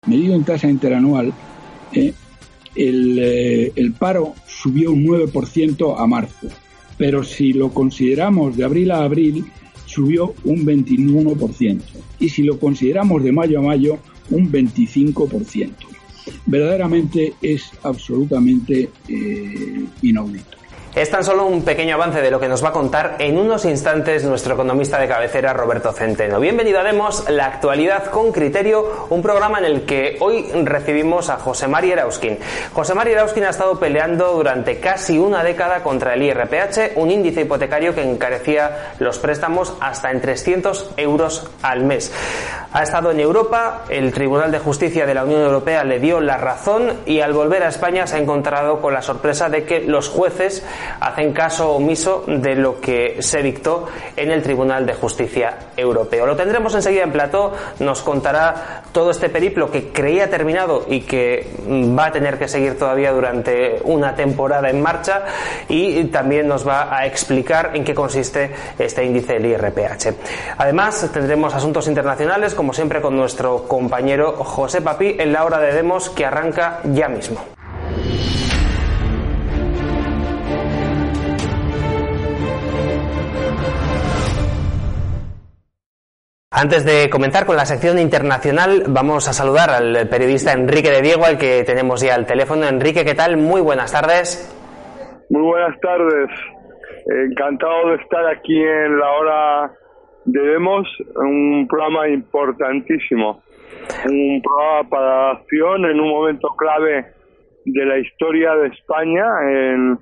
medido en tasa interanual, el paro subió un 9% a marzo, pero si lo consideramos de abril a abril, subió un 21%, y si lo consideramos de mayo a mayo, un 25%. Verdaderamente es absolutamente inaudito. Es tan solo un pequeño avance de lo que nos va a contar en unos instantes nuestro economista de cabecera, Roberto Centeno. Bienvenido a Demos, la actualidad con criterio, un programa en el que hoy recibimos a José Mari Erauskin. José Mari Erauskin ha estado peleando durante casi una década contra el IRPH, un índice hipotecario que encarecía los préstamos hasta en 300 euros al mes. Ha estado en Europa, el Tribunal de Justicia de la Unión Europea le dio la razón y al volver a España se ha encontrado con la sorpresa de que los jueces hacen caso omiso de lo que se dictó en el Tribunal de Justicia Europeo. Lo tendremos enseguida en plató, nos contará todo este periplo que creía terminado y que va a tener que seguir todavía durante una temporada en marcha, y también nos va a explicar en qué consiste este índice del IRPH. Además, tendremos asuntos internacionales, como siempre, con nuestro compañero José Papí en la hora de Demos, que arranca ya mismo. Antes de comenzar con la sección internacional, vamos a saludar al periodista Enrique de Diego, al que tenemos ya al teléfono. Enrique, ¿qué tal? Muy buenas tardes. Muy buenas tardes. Encantado de estar aquí en la hora de Demos, un programa importantísimo. Un programa para acción en un momento clave de la historia de España, en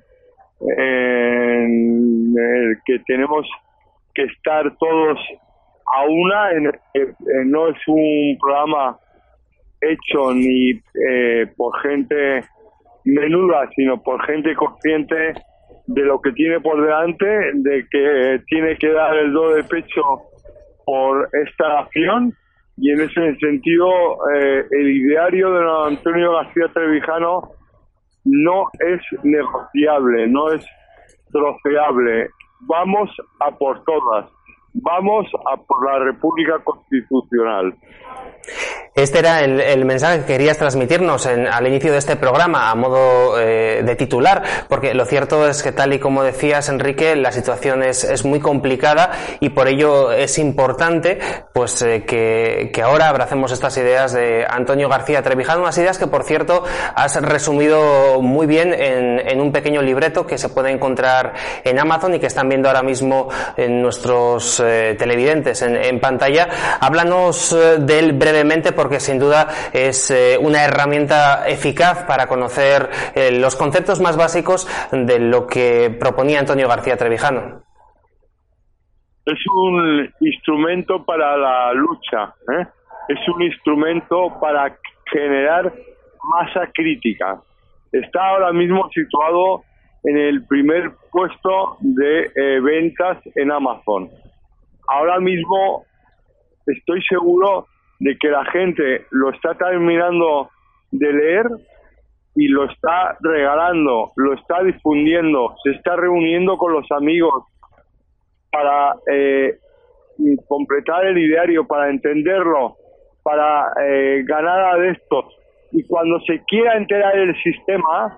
el que tenemos que estar todos a una. No es un programa hecho ni por gente menuda, sino por gente consciente de lo que tiene por delante, de que tiene que dar el do de pecho por esta acción, y en ese sentido el ideario de don Antonio García Trevijano no es negociable, no es troceable. Vamos a por todas. Vamos a por la República Constitucional. Este era el mensaje que querías transmitirnos al inicio de este programa, a modo de titular, porque lo cierto es que, tal y como decías, Enrique, la situación es muy complicada, y por ello es importante pues que ahora abracemos estas ideas de Antonio García Trevijano, unas ideas que, por cierto, has resumido muy bien en un pequeño libreto que se puede encontrar en Amazon y que están viendo ahora mismo en nuestros televidentes en pantalla. Háblanos de él brevemente, porque sin duda es una herramienta eficaz para conocer los conceptos más básicos de lo que proponía Antonio García Trevijano. Es un instrumento para la lucha, es un instrumento para generar masa crítica. Está ahora mismo situado en el primer puesto de ventas en Amazon. Ahora mismo estoy seguro de que la gente lo está terminando de leer y lo está regalando, lo está difundiendo, se está reuniendo con los amigos para completar el ideario, para entenderlo, para ganar adeptos. Y cuando se quiera enterar el sistema,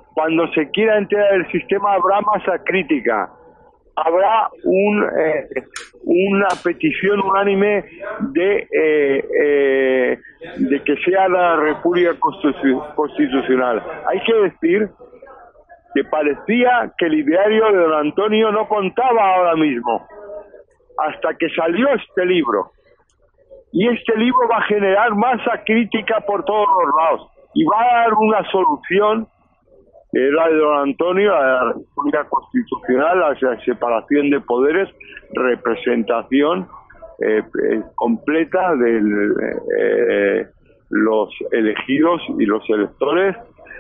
habrá masa crítica. Habrá una petición unánime de que sea la República Constitucional. Hay que decir que parecía que el ideario de don Antonio no contaba ahora mismo, hasta que salió este libro. Y este libro va a generar masa crítica por todos los lados y va a dar una solución, la de don Antonio, a la República Constitucional, a la separación de poderes, representación completa de los elegidos y los electores.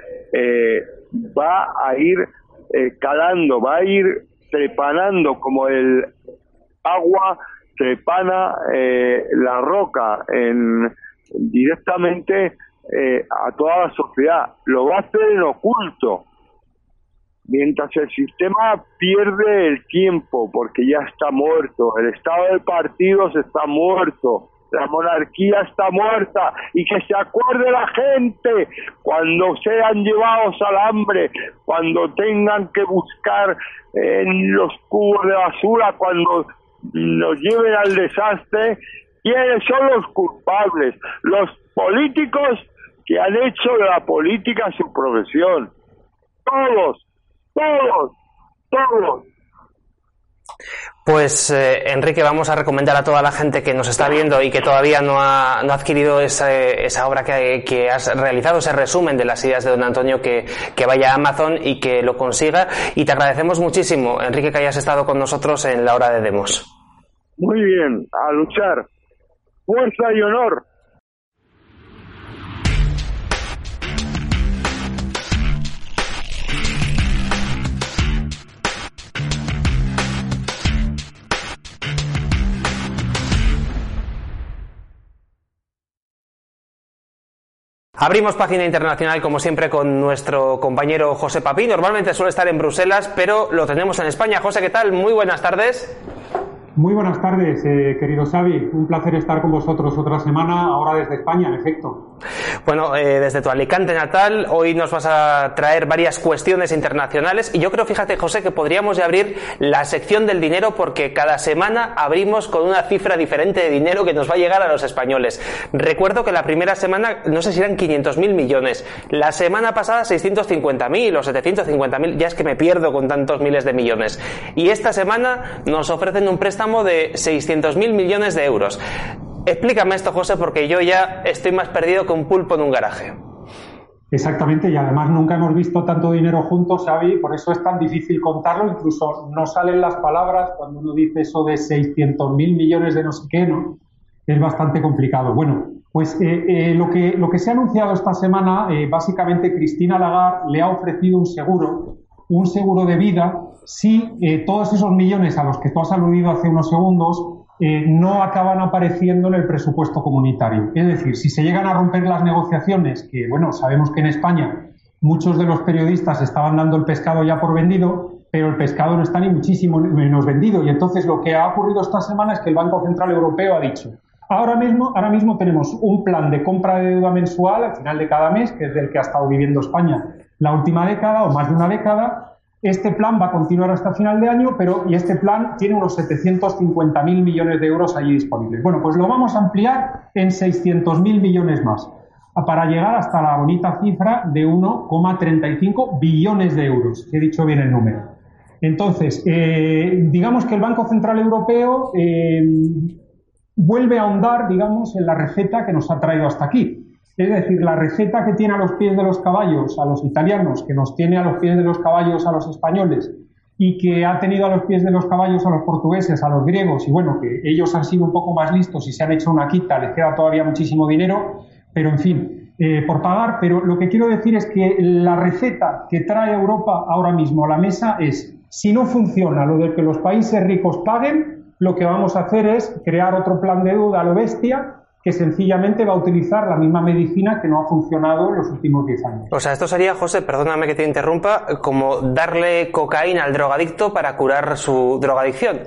Va a ir calando, va a ir trepanando como el agua trepana la roca directamente a toda la sociedad. Lo va a hacer en oculto, mientras el sistema pierde el tiempo, porque ya está muerto. El estado de partidos está muerto. la monarquía está muerta, y que se acuerde la gente cuando sean llevados al hambre, cuando tengan que buscar en los cubos de basura, cuando nos lleven al desastre, quiénes son los culpables, los políticos que han hecho de la política su profesión. Todos. Pues Enrique, vamos a recomendar a toda la gente que nos está viendo y que todavía no ha adquirido esa obra que has realizado, ese resumen de las ideas de don Antonio, que vaya a Amazon y que lo consiga. Y te agradecemos muchísimo, Enrique, que hayas estado con nosotros en la hora de Demos. Muy bien, a luchar. Fuerza y honor. Abrimos página internacional, como siempre, con nuestro compañero José Papí. Normalmente suele estar en Bruselas, pero lo tenemos en España. José, ¿qué tal? Muy buenas tardes. Muy buenas tardes, querido Xavi. Un placer estar con vosotros otra semana, ahora desde España, en efecto. Bueno, desde tu Alicante natal, hoy nos vas a traer varias cuestiones internacionales y yo creo, fíjate, José, que podríamos ya abrir la sección del dinero, porque cada semana abrimos con una cifra diferente de dinero que nos va a llegar a los españoles. Recuerdo que la primera semana, no sé si eran 500.000 millones, la semana pasada 650.000 o 750.000, ya es que me pierdo con tantos miles de millones. Y esta semana nos ofrecen un préstamo de 600.000 millones de euros. Explícame esto, José, porque yo ya estoy más perdido que un pulpo en un garaje. Exactamente, y además nunca hemos visto tanto dinero juntos, Xavi, por eso es tan difícil contarlo, incluso no salen las palabras cuando uno dice eso de 600.000 millones de no sé qué, ¿no? Es bastante complicado. Bueno, pues lo que se ha anunciado esta semana, básicamente Christine Lagarde le ha ofrecido un seguro de vida si todos esos millones a los que tú has aludido hace unos segundos no acaban apareciendo en el presupuesto comunitario. Es decir, si se llegan a romper las negociaciones, que bueno, sabemos que en España muchos de los periodistas estaban dando el pescado ya por vendido, pero el pescado no está ni muchísimo menos vendido, y entonces lo que ha ocurrido esta semana es que el Banco Central Europeo ha dicho: ahora mismo tenemos un plan de compra de deuda mensual al final de cada mes, que es del que ha estado viviendo España la última década o más de una década. Este plan va a continuar hasta final de año, y este plan tiene unos 750.000 millones de euros allí disponibles. Bueno, pues lo vamos a ampliar en 600.000 millones más, para llegar hasta la bonita cifra de 1,35 billones de euros. He dicho bien el número. Entonces, digamos que el Banco Central Europeo vuelve a ahondar, digamos, en la receta que nos ha traído hasta aquí. Es decir, la receta que tiene a los pies de los caballos a los italianos, que nos tiene a los pies de los caballos a los españoles, y que ha tenido a los pies de los caballos a los portugueses, a los griegos, y bueno, que ellos han sido un poco más listos y se han hecho una quita, les queda todavía muchísimo dinero, pero en fin, por pagar. Pero lo que quiero decir es que la receta que trae Europa ahora mismo a la mesa es: si no funciona lo de que los países ricos paguen, lo que vamos a hacer es crear otro plan de deuda a lo bestia, que sencillamente va a utilizar la misma medicina que no ha funcionado en los últimos 10 años. O sea, esto sería, José, perdóname que te interrumpa, como darle cocaína al drogadicto para curar su drogadicción.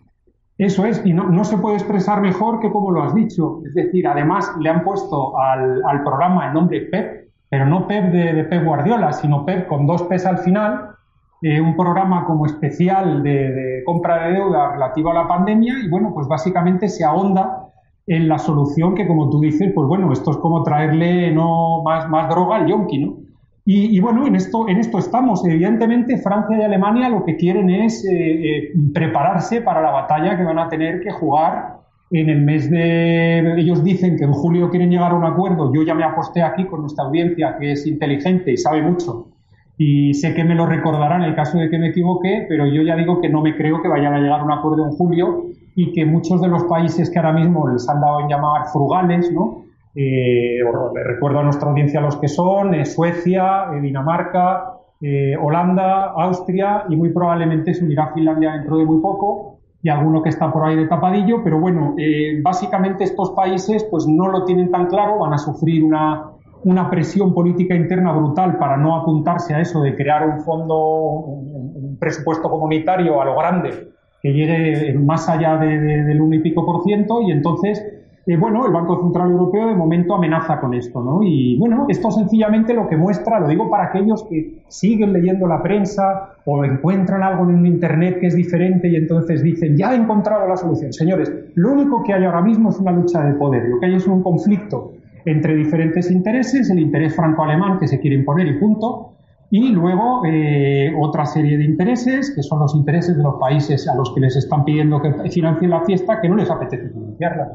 Eso es, y no se puede expresar mejor que como lo has dicho. Es decir, además le han puesto al programa el nombre PEP, pero no PEP de Pep Guardiola, sino PEP con 2 P's al final, un programa como especial de compra de deuda relativo a la pandemia, y bueno, pues básicamente se ahonda en la solución que, como tú dices, pues bueno, esto es como traerle más droga al yonki, ¿no? Y bueno, en esto estamos. Evidentemente, Francia y Alemania lo que quieren es prepararse para la batalla que van a tener que jugar en el mes de... Ellos dicen que en julio quieren llegar a un acuerdo. Yo ya me aposté aquí con nuestra audiencia, que es inteligente y sabe mucho, y sé que me lo recordará en el caso de que me equivoque, pero yo ya digo que no me creo que vayan a llegar a un acuerdo en julio, y que muchos de los países que ahora mismo les han dado en llamar frugales, ¿no? Recuerdo a nuestra audiencia los que son Suecia, Dinamarca, Holanda, Austria, y muy probablemente se unirá Finlandia dentro de muy poco, y alguno que está por ahí de tapadillo, pero bueno, básicamente estos países pues no lo tienen tan claro, van a sufrir una presión política interna brutal para no apuntarse a eso de crear un fondo, un presupuesto comunitario a lo grande, que llegue más allá del 1 y pico %, y entonces bueno, el Banco Central Europeo de momento amenaza con esto, ¿no? Y bueno, esto sencillamente lo que muestra, lo digo para aquellos que siguen leyendo la prensa o encuentran algo en Internet que es diferente y entonces dicen, ya he encontrado la solución. Señores, lo único que hay ahora mismo es una lucha de poder, lo que hay es un conflicto entre diferentes intereses, el interés franco-alemán que se quiere imponer y punto, y luego otra serie de intereses, que son los intereses de los países a los que les están pidiendo que financien la fiesta, que no les apetece financiarla.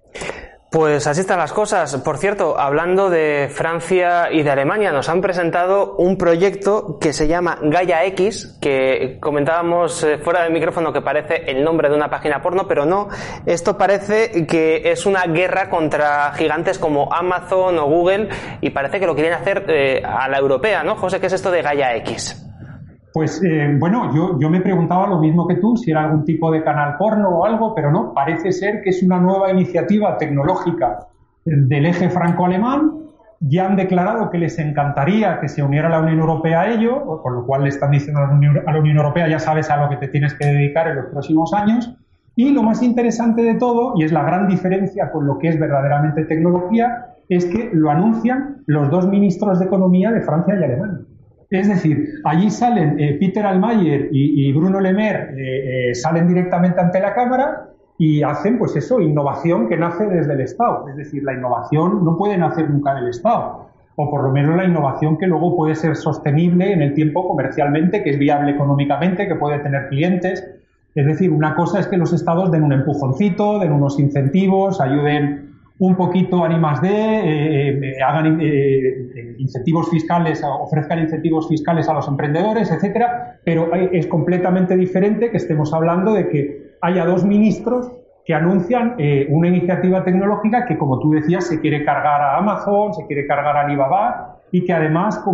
Pues así están las cosas. Por cierto, hablando de Francia y de Alemania, nos han presentado un proyecto que se llama Gaia X, que comentábamos fuera del micrófono que parece el nombre de una página porno, pero no. Esto parece que es una guerra contra gigantes como Amazon o Google y parece que lo quieren hacer a la europea, ¿no? José, ¿qué es esto de Gaia X? Pues bueno, yo me preguntaba lo mismo que tú, si era algún tipo de canal porno o algo, pero no, parece ser que es una nueva iniciativa tecnológica del eje franco-alemán. Ya han declarado que les encantaría que se uniera la Unión Europea a ello, con lo cual le están diciendo a la Unión Europea, ya sabes a lo que te tienes que dedicar en los próximos años. Y lo más interesante de todo, y es la gran diferencia con lo que es verdaderamente tecnología, es que lo anuncian los dos ministros de Economía de Francia y Alemania. Es decir, allí salen Peter Altmaier y Bruno Le Maire, salen directamente ante la cámara y hacen, pues eso, innovación que nace desde el Estado. Es decir, la innovación no puede nacer nunca del Estado, o por lo menos la innovación que luego puede ser sostenible en el tiempo comercialmente, que es viable económicamente, que puede tener clientes. Es decir, una cosa es que los Estados den un empujoncito, den unos incentivos, ayuden un poquito a I+D, hagan incentivos fiscales, ofrezcan incentivos fiscales a los emprendedores, etcétera, pero es completamente diferente que estemos hablando de que haya dos ministros que anuncian una iniciativa tecnológica que, como tú decías, se quiere cargar a Amazon, se quiere cargar a Alibaba y que además con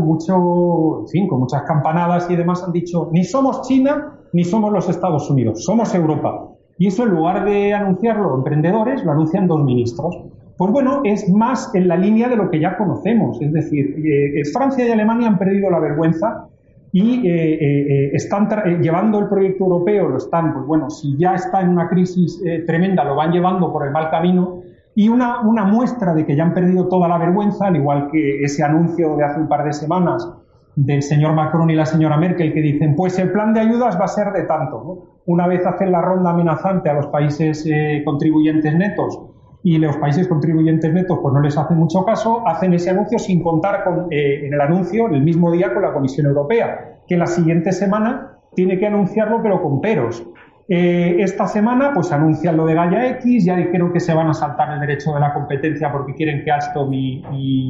muchas campanadas y demás han dicho ni somos China ni somos los Estados Unidos, somos Europa. Y eso, en lugar de anunciarlo emprendedores, lo anuncian dos ministros. Pues bueno, es más en la línea de lo que ya conocemos. Es decir, Francia y Alemania han perdido la vergüenza y están llevando el proyecto europeo, lo están, pues bueno, si ya está en una crisis tremenda, lo van llevando por el mal camino. Y una muestra de que ya han perdido toda la vergüenza, al igual que ese anuncio de hace un par de semanas del señor Macron y la señora Merkel, que dicen, pues el plan de ayudas va a ser de tanto, ¿no? Una vez hacen la ronda amenazante a los países contribuyentes netos y los países contribuyentes netos pues no les hacen mucho caso, hacen ese anuncio sin contar en el anuncio, el mismo día, con la Comisión Europea, que la siguiente semana tiene que anunciarlo pero con peros. Esta semana pues anuncian lo de Gaia X, ya dijeron que se van a saltar el derecho de la competencia porque quieren que Alstom y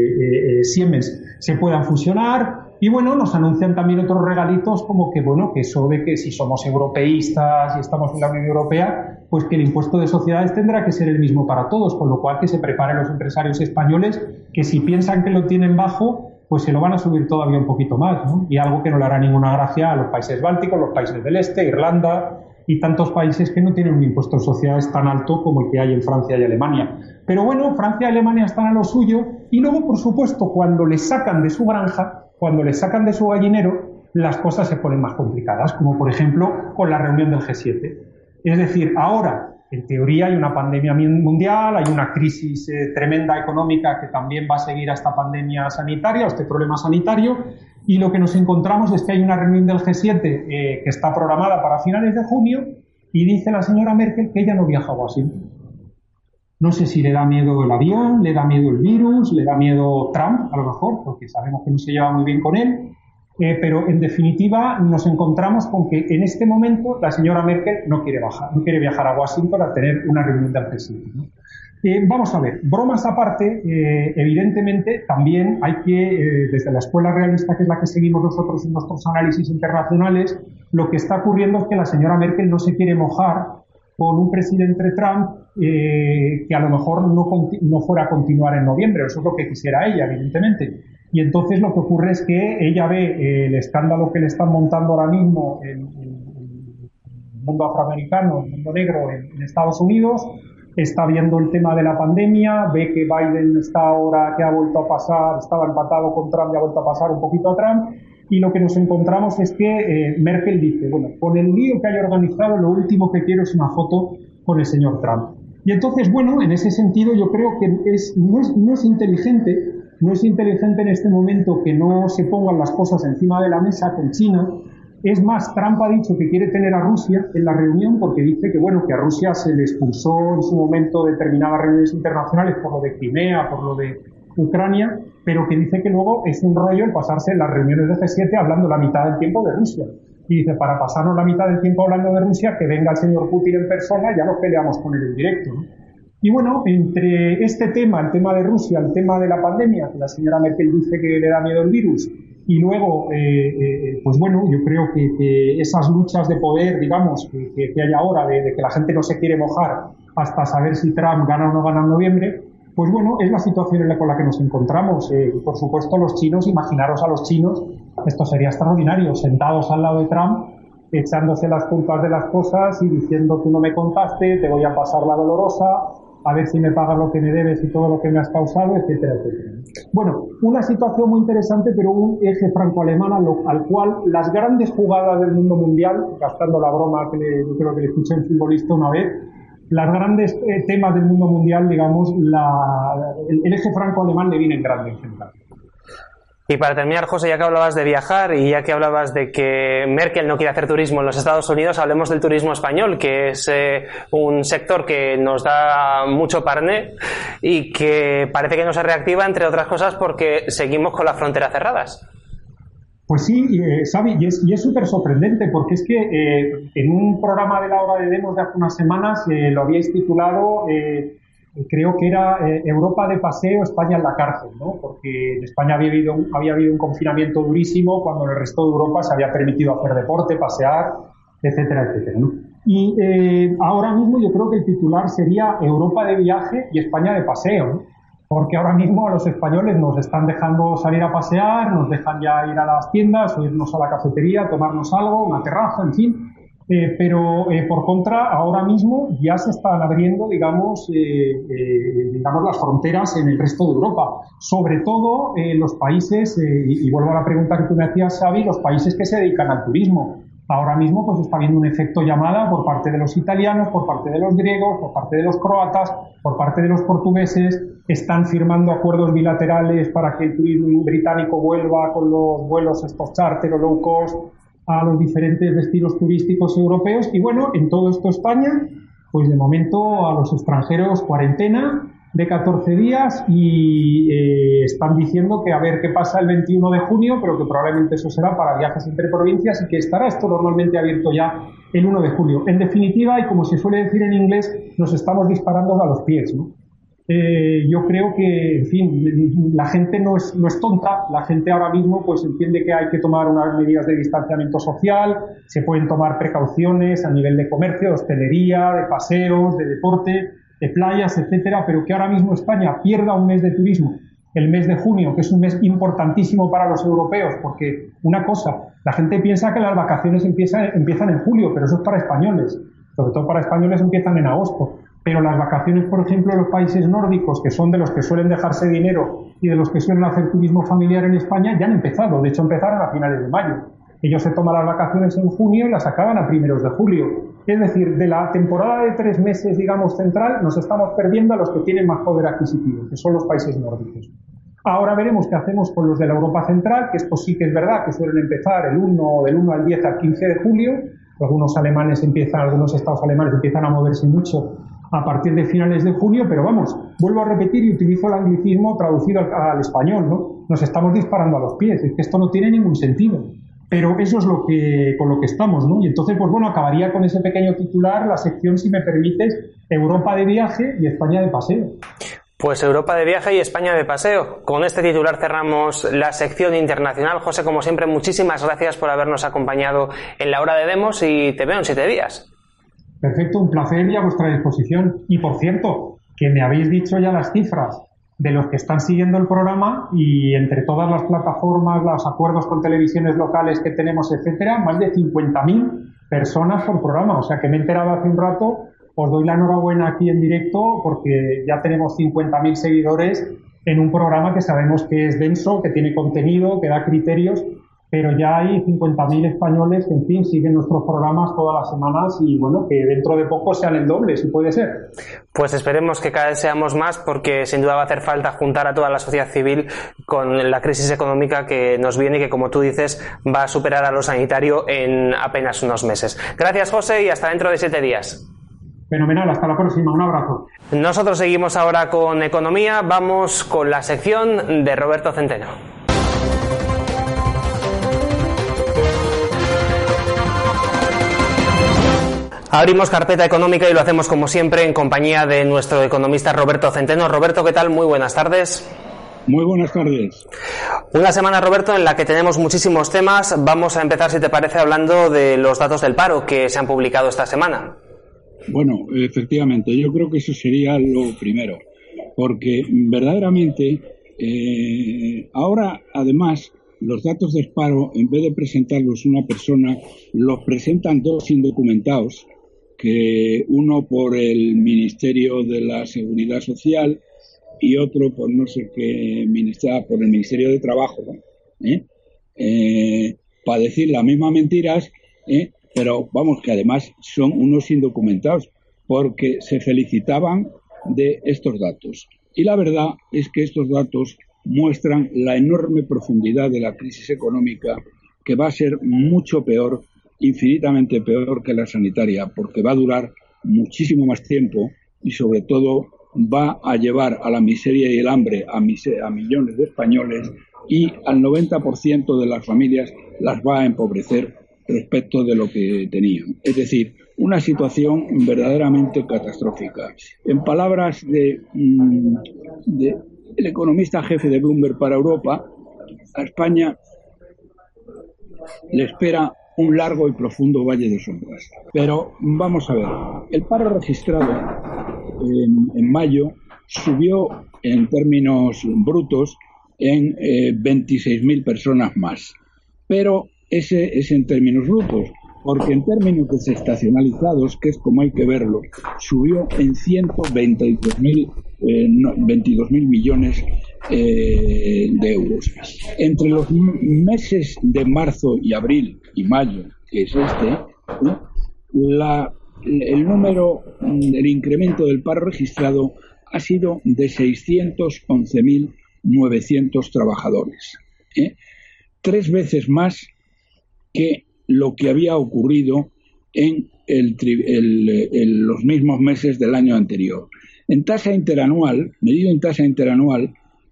Siemens se puedan fusionar. Y bueno, nos anuncian también otros regalitos como que, bueno, que eso de que si somos europeístas y estamos en la Unión Europea, pues que el impuesto de sociedades tendrá que ser el mismo para todos, con lo cual que se preparen los empresarios españoles que si piensan que lo tienen bajo, pues se lo van a subir todavía un poquito más, ¿no? Y algo que no le hará ninguna gracia a los países bálticos, los países del este, Irlanda y tantos países que no tienen un impuesto de sociedades tan alto como el que hay en Francia y Alemania. Pero bueno, Francia y Alemania están a lo suyo y luego, por supuesto, cuando les sacan de su granja, cuando les sacan de su gallinero, las cosas se ponen más complicadas, como por ejemplo con la reunión del G7. Es decir, ahora, en teoría, hay una pandemia mundial, hay una crisis tremenda económica que también va a seguir a esta pandemia sanitaria, a este problema sanitario, y lo que nos encontramos es que hay una reunión del G7 que está programada para finales de junio y dice la señora Merkel que ella no viaja a Washington. No sé si le da miedo el avión, le da miedo el virus, le da miedo Trump, a lo mejor, porque sabemos que no se lleva muy bien con él. Pero en definitiva nos encontramos con que en este momento la señora Merkel no quiere viajar a Washington a tener una reunión del G7, ¿no? Vamos a ver, bromas aparte, evidentemente también hay que, desde la escuela realista, que es la que seguimos nosotros en nuestros análisis internacionales, lo que está ocurriendo es que la señora Merkel no se quiere mojar con un presidente Trump que a lo mejor no fuera a continuar en noviembre. Eso es lo que quisiera ella, evidentemente. Y entonces lo que ocurre es que ella ve el escándalo que le están montando ahora mismo en el mundo afroamericano, el mundo negro en Estados Unidos, está viendo el tema de la pandemia, ve que Biden está ahora, que ha vuelto a pasar, estaba empatado con Trump y ha vuelto a pasar un poquito a Trump, y lo que nos encontramos es que Merkel dice, bueno, con el lío que hay organizado, lo último que quiero es una foto con el señor Trump. Y entonces, bueno, en ese sentido yo creo que no es inteligente en este momento que no se pongan las cosas encima de la mesa con China. Es más, Trump ha dicho que quiere tener a Rusia en la reunión porque dice que, bueno, que a Rusia se le expulsó en su momento determinadas reuniones internacionales por lo de Crimea, por lo de Ucrania, pero que dice que luego es un rollo el pasarse en las reuniones de G7 hablando la mitad del tiempo de Rusia. Y dice, para pasarnos la mitad del tiempo hablando de Rusia, que venga el señor Putin en persona y ya nos peleamos con él en directo, ¿no? Y bueno, entre este tema, el tema de Rusia, el tema de la pandemia, que la señora Merkel dice que le da miedo el virus, y luego, pues bueno, yo creo que esas luchas de poder, digamos, que hay ahora, de que la gente no se quiere mojar hasta saber si Trump gana o no gana en noviembre, pues bueno, es la situación con la que nos encontramos. Por supuesto, los chinos, imaginaros a los chinos, esto sería extraordinario, sentados al lado de Trump, echándose las culpas de las cosas y diciendo tú no me contaste, te voy a pasar la dolorosa, a ver si me pagas lo que me debes y todo lo que me has causado, etcétera, etcétera. Bueno, una situación muy interesante, pero un eje franco-alemán al cual las grandes jugadas del mundo mundial, gastando la broma que yo creo que le escuché a un futbolista una vez, las grandes temas del mundo mundial, digamos, el eje franco-alemán le viene en grande en general. Y para terminar, José, ya que hablabas de viajar y ya que hablabas de que Merkel no quiere hacer turismo en los Estados Unidos, hablemos del turismo español, que es un sector que nos da mucho parné y que parece que no se reactiva, entre otras cosas, porque seguimos con las fronteras cerradas. Pues sí, Xavi, y es súper sorprendente, porque es que en un programa de la hora de Demos de hace unas semanas lo habíais titulado... creo que era Europa de paseo, España en la cárcel, ¿no? Porque en España había habido un confinamiento durísimo cuando en el resto de Europa se había permitido hacer deporte, pasear, etcétera, etcétera, ¿no? Y ahora mismo yo creo que el titular sería Europa de viaje y España de paseo, ¿no? Porque ahora mismo a los españoles nos están dejando salir a pasear, nos dejan ya ir a las tiendas o irnos a la cafetería, tomarnos algo, una terraza, en fin. Pero por contra, ahora mismo ya se están abriendo, digamos, las fronteras en el resto de Europa. Sobre todo los países, y vuelvo a la pregunta que tú me hacías, Xavi, los países que se dedican al turismo. Ahora mismo pues está habiendo un efecto llamada por parte de los italianos, por parte de los griegos, por parte de los croatas, por parte de los portugueses. Están firmando acuerdos bilaterales para que el turismo británico vuelva con los vuelos estos charter o low cost a los diferentes destinos turísticos europeos. Y bueno, en todo esto España, pues de momento a los extranjeros cuarentena de 14 días y están diciendo que a ver qué pasa el 21 de junio, pero que probablemente eso será para viajes entre provincias y que estará esto normalmente abierto ya el 1 de julio. En definitiva, y como se suele decir en inglés, nos estamos disparando a los pies, ¿no? Yo creo que, en fin, la gente no es tonta. La gente ahora mismo pues entiende que hay que tomar unas medidas de distanciamiento social, se pueden tomar precauciones a nivel de comercio, de hostelería, de paseos, de deporte, de playas, etcétera, pero que ahora mismo España pierda un mes de turismo, el mes de junio, que es un mes importantísimo para los europeos, porque una cosa, la gente piensa que las vacaciones empiezan en julio, pero eso es para españoles, sobre todo para españoles empiezan en agosto. Pero las vacaciones, por ejemplo, en los países nórdicos, que son de los que suelen dejarse dinero y de los que suelen hacer turismo familiar en España, ya han empezado. De hecho, empezaron a finales de mayo. Ellos se toman las vacaciones en junio y las acaban a primeros de julio. Es decir, de la temporada de 3 meses, digamos, central, nos estamos perdiendo a los que tienen más poder adquisitivo, que son los países nórdicos. Ahora veremos qué hacemos con los de la Europa central, que esto sí que es verdad, que suelen empezar del 1 al 10 al 15 de julio. Algunos estados alemanes empiezan a moverse mucho a partir de finales de junio, pero vamos, vuelvo a repetir y utilizo el anglicismo traducido al español, ¿no? Nos estamos disparando a los pies, es que esto no tiene ningún sentido, pero eso es con lo que estamos, ¿no? Y entonces, pues bueno, acabaría con ese pequeño titular la sección, si me permites, Europa de viaje y España de paseo. Pues Europa de viaje y España de paseo. Con este titular cerramos la sección internacional. José, como siempre, muchísimas gracias por habernos acompañado en la hora de Demos y te veo en 7 días. Perfecto, un placer y a vuestra disposición. Y por cierto, que me habéis dicho ya las cifras de los que están siguiendo el programa y entre todas las plataformas, los acuerdos con televisiones locales que tenemos, etcétera, más de 50.000 personas por programa. O sea que me he enterado hace un rato, os doy la enhorabuena aquí en directo porque ya tenemos 50.000 seguidores en un programa que sabemos que es denso, que tiene contenido, que da criterios pero ya hay 50.000 españoles que, en fin, siguen nuestros programas todas las semanas y, bueno, que dentro de poco sean el doble, si puede ser. Pues esperemos que cada vez seamos más, porque sin duda va a hacer falta juntar a toda la sociedad civil con la crisis económica que nos viene y que, como tú dices, va a superar a lo sanitario en apenas unos meses. Gracias, José, y hasta dentro de 7 días. Fenomenal, hasta la próxima, un abrazo. Nosotros seguimos ahora con economía, vamos con la sección de Roberto Centeno. Abrimos carpeta económica y lo hacemos como siempre en compañía de nuestro economista Roberto Centeno. Roberto, ¿qué tal? Muy buenas tardes. Muy buenas tardes. Una semana, Roberto, en la que tenemos muchísimos temas. Vamos a empezar, si te parece, hablando de los datos del paro que se han publicado esta semana. Bueno, efectivamente, yo creo que eso sería lo primero, porque verdaderamente ahora, además, los datos del paro, en vez de presentarlos una persona, los presentan dos indocumentados, que uno por el Ministerio de la Seguridad Social y otro por no sé qué ministerio, por el Ministerio de Trabajo, para decir las mismas mentiras, pero vamos, que además son unos indocumentados, porque se felicitaban de estos datos. Y la verdad es que estos datos muestran la enorme profundidad de la crisis económica, que va a ser mucho peor, infinitamente peor que la sanitaria, porque va a durar muchísimo más tiempo y sobre todo va a llevar a la miseria y el hambre a millones de españoles, y al 90% de las familias las va a empobrecer respecto de lo que tenían. Es decir, una situación verdaderamente catastrófica. En palabras de el economista jefe de Bloomberg para Europa, a España le espera un largo y profundo valle de sombras. Pero vamos a ver, el paro registrado en mayo subió en términos brutos en 26.000 personas más. Pero ese es en términos brutos, porque en términos desestacionalizados, que es como hay que verlo, subió en 22.000 millones de euros. Entre los meses de marzo y abril y mayo, que es el número del incremento del paro registrado ha sido de 611.900 trabajadores, 3 veces más que lo que había ocurrido en los mismos meses del año anterior. En tasa interanual, medido en tasa interanual,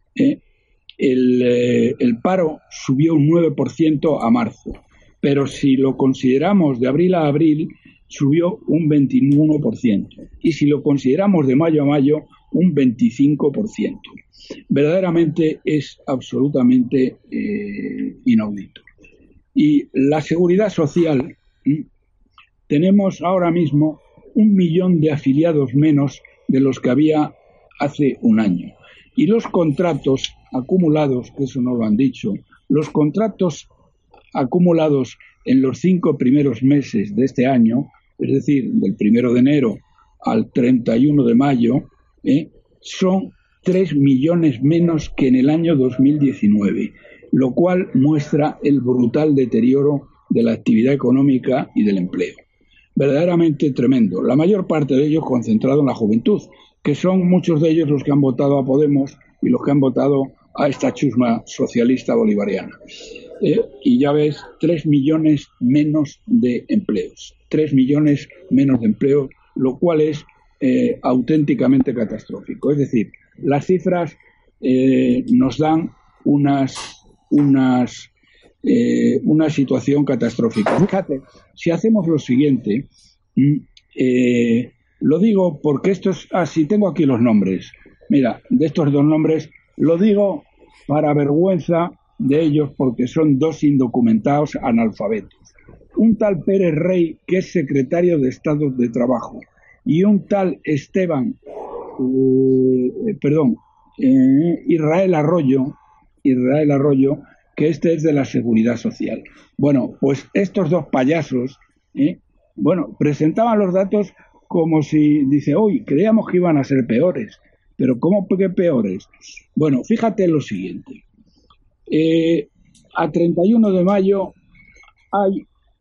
el paro subió un 9% a marzo, pero si lo consideramos de abril a abril, subió un 21%, y si lo consideramos de mayo a mayo, un 25%. Verdaderamente es absolutamente inaudito. Y la seguridad social, tenemos ahora mismo 1 millón de afiliados menos de los que había hace un año. Y los contratos acumulados, que eso no lo han dicho, los contratos acumulados en los 5 primeros meses de este año, es decir, del 1 de enero al 31 de mayo, son 3 millones menos que en el año 2019, lo cual muestra el brutal deterioro de la actividad económica y del empleo. Verdaderamente tremendo. La mayor parte de ellos concentrado en la juventud, que son muchos de ellos los que han votado a Podemos y los que han votado a esta chusma socialista bolivariana. Y ya ves, 3 millones menos de empleos. 3 millones menos de empleos, lo cual es auténticamente catastrófico. Es decir, las cifras nos dan una situación catastrófica. Fíjate, si hacemos lo siguiente, lo digo porque estos, si tengo aquí los nombres, mira, de estos 2 nombres, lo digo para vergüenza de ellos porque son 2 indocumentados analfabetos. Un tal Pérez Rey, que es secretario de Estado de Trabajo, y un tal Israel Arroyo, que este es de la Seguridad Social. Bueno, pues estos 2 payasos, presentaban los datos como si, dice, hoy creíamos que iban a ser peores, pero ¿cómo que peores? Bueno, fíjate lo siguiente. a 31 de mayo hay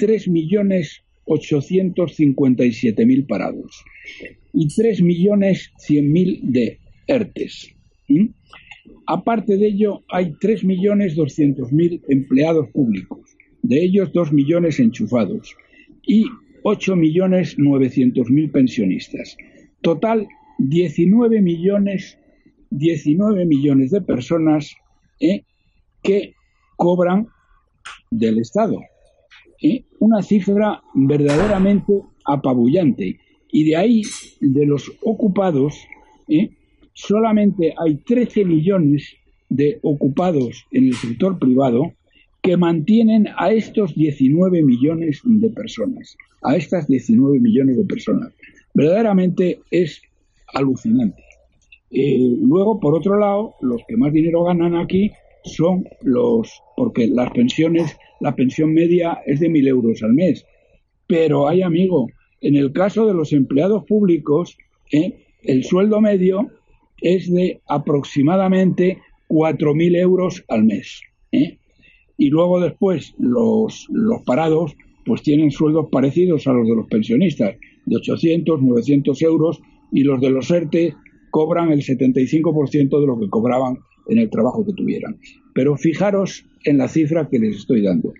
3.857.000 parados y 3.100.000 de ERTES. Aparte de ello, hay 3.200.000 empleados públicos, de ellos 2 millones enchufados y 8.900.000 pensionistas. Total, 19 millones de personas que cobran del Estado. Una cifra verdaderamente apabullante. Y de ahí, de los ocupados, solamente hay 13 millones de ocupados en el sector privado que mantienen a estos 19 millones de personas. A estas 19 millones de personas. Verdaderamente es alucinante. Luego, por otro lado, los que más dinero ganan aquí son porque las pensiones, la pensión media es de 1.000 euros al mes. Pero hay, amigo, en el caso de los empleados públicos, el sueldo medio es de aproximadamente 4.000 euros al mes. Y luego después los parados pues tienen sueldos parecidos a los de los pensionistas, de 800, 900 euros, y los de los ERTE cobran el 75% de lo que cobraban en el trabajo que tuvieran. Pero fijaros en la cifra que les estoy dando.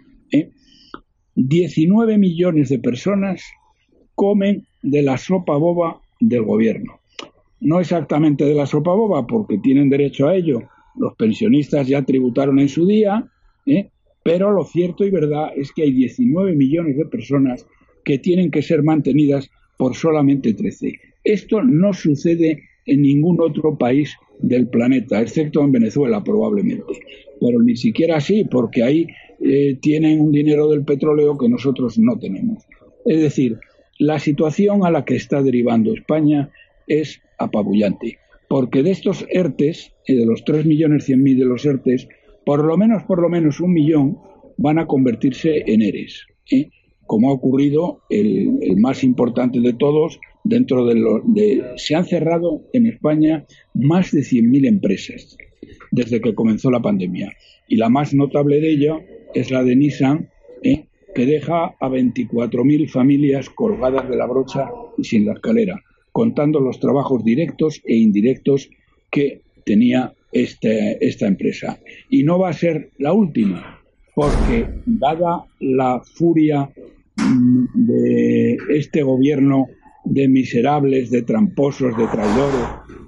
19 millones de personas comen de la sopa boba del gobierno. No exactamente de la sopa boba, porque tienen derecho a ello. Los pensionistas ya tributaron en su día, pero lo cierto y verdad es que hay 19 millones de personas que tienen que ser mantenidas por solamente 13. Esto no sucede en ningún otro país del planeta, excepto en Venezuela probablemente, pero ni siquiera así, porque ahí tienen un dinero del petróleo que nosotros no tenemos. Es decir, la situación a la que está derivando España es apabullante, porque de estos ERTES, de los 3.100.000 de los ERTES, por lo menos 1 millón van a convertirse en ERES, como ha ocurrido el más importante de todos. Dentro se han cerrado en España más de 100.000 empresas desde que comenzó la pandemia, y la más notable de ello es la de Nissan, que deja a 24.000 familias colgadas de la brocha y sin la escalera, contando los trabajos directos e indirectos que tenía esta empresa. Y no va a ser la última, porque dada la furia de este gobierno de miserables, de tramposos, de traidores,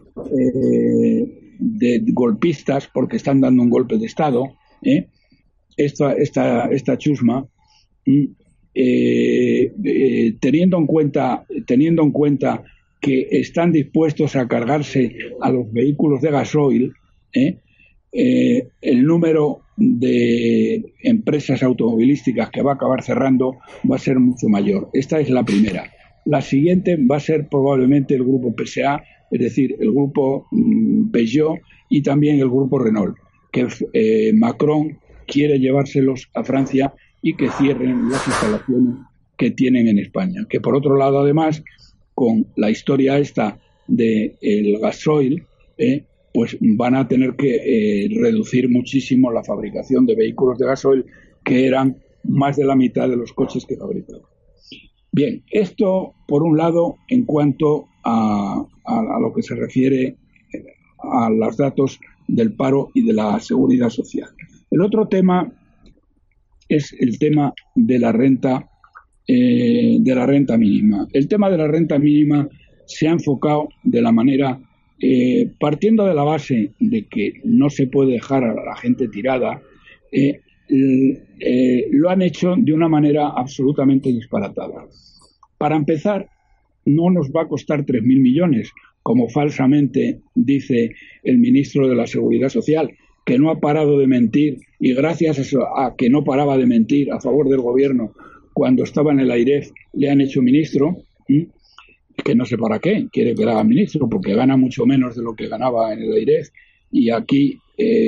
de golpistas, porque están dando un golpe de Estado, esta chusma, teniendo en cuenta que están dispuestos a cargarse a los vehículos de gasoil, el número de empresas automovilísticas que va a acabar cerrando va a ser mucho mayor. Esta es la primera. La siguiente va a ser probablemente el grupo PSA, es decir, el grupo Peugeot y también el grupo Renault, que Macron quiere llevárselos a Francia y que cierren las instalaciones que tienen en España. Que por otro lado, además, con la historia esta del gasoil, pues van a tener que reducir muchísimo la fabricación de vehículos de gasoil, que eran más de la mitad de los coches que fabricaban. Bien, esto por un lado en cuanto a lo que se refiere a los datos del paro y de la seguridad social. El otro tema es el tema de la renta mínima. El tema de la renta mínima se ha enfocado de la manera, partiendo de la base de que no se puede dejar a la gente tirada, lo han hecho de una manera absolutamente disparatada. Para empezar, no nos va a costar 3.000 millones, como falsamente dice el ministro de la Seguridad Social, que no ha parado de mentir, y gracias a que no paraba de mentir a favor del gobierno cuando estaba en el AIREF, le han hecho ministro, que no sé para qué quiere que le haga ministro, porque gana mucho menos de lo que ganaba en el AIREF, y aquí,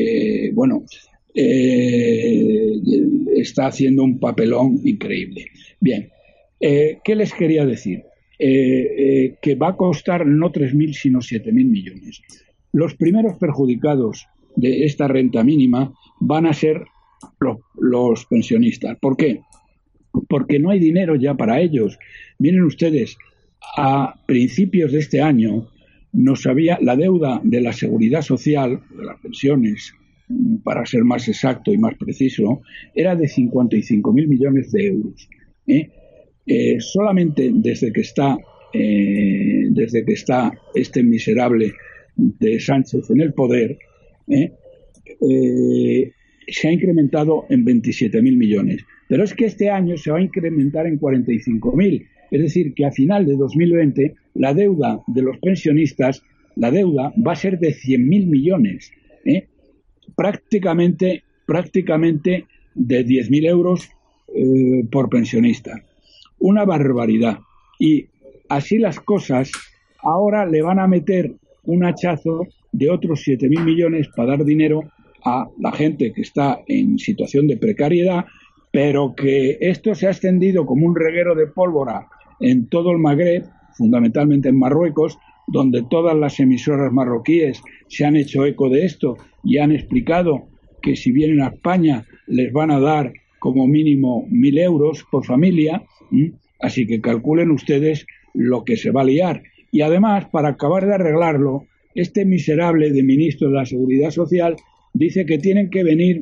está haciendo un papelón increíble. Bien, ¿qué les quería decir? Que va a costar no 3.000 sino 7.000 millones. Los primeros perjudicados de esta renta mínima van a ser los pensionistas. ¿Por qué? Porque no hay dinero ya para ellos. Miren ustedes, a principios de este año la deuda de la Seguridad Social, de las pensiones, para ser más exacto y más preciso, era de 55.000 millones de euros. Solamente desde que está este miserable de Sánchez en el poder, se ha incrementado en 27.000 millones. Pero es que este año se va a incrementar en 45.000. Es decir, que a final de 2020 la deuda de los pensionistas, la deuda va a ser de 100.000 millones. Prácticamente de 10.000 euros por pensionista. Una barbaridad. Y así las cosas, ahora le van a meter un hachazo de otros 7.000 millones para dar dinero a la gente que está en situación de precariedad, pero que esto se ha extendido como un reguero de pólvora en todo el Magreb, fundamentalmente en Marruecos, donde todas las emisoras marroquíes se han hecho eco de esto y han explicado que si vienen a España les van a dar como mínimo 1.000 euros por familia. Así que calculen ustedes lo que se va a liar. Y además, para acabar de arreglarlo, este miserable de ministro de la Seguridad Social dice que tienen que venir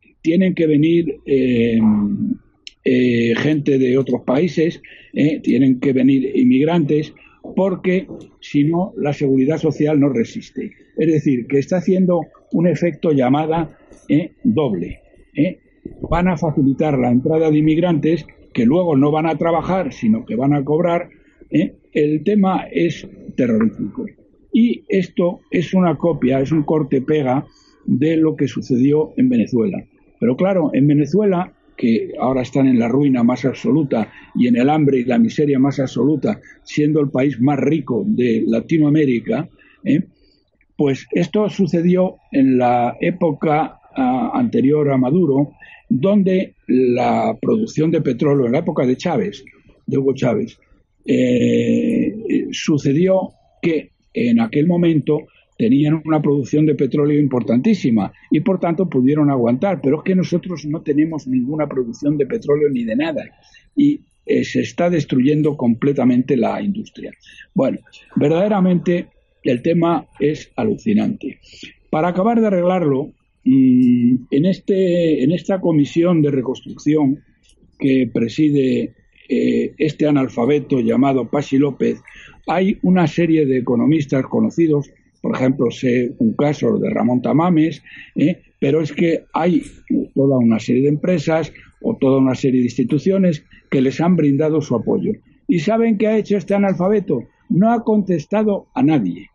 gente de otros países, tienen que venir inmigrantes, porque si no la Seguridad Social no resiste. Es decir, que está haciendo un efecto llamada doble. Van a facilitar la entrada de inmigrantes que luego no van a trabajar, sino que van a cobrar. El tema es terrorífico. Y esto es una copia, es un corte-pega de lo que sucedió en Venezuela. Pero claro, en Venezuela, que ahora están en la ruina más absoluta y en el hambre y la miseria más absoluta, siendo el país más rico de Latinoamérica, pues esto sucedió en la época anterior a Maduro, donde la producción de petróleo, en la época de Chávez, de Hugo Chávez, sucedió que en aquel momento tenían una producción de petróleo importantísima y por tanto pudieron aguantar, pero es que nosotros no tenemos ninguna producción de petróleo ni de nada y se está destruyendo completamente la industria. Bueno, verdaderamente el tema es alucinante. Para acabar de arreglarlo, en esta comisión de reconstrucción que preside este analfabeto llamado Pachi López, hay una serie de economistas conocidos. Por ejemplo, sé un caso de Ramón Tamames, pero es que hay toda una serie de empresas o toda una serie de instituciones que les han brindado su apoyo. ¿Y saben qué ha hecho este analfabeto? No ha contestado a nadie.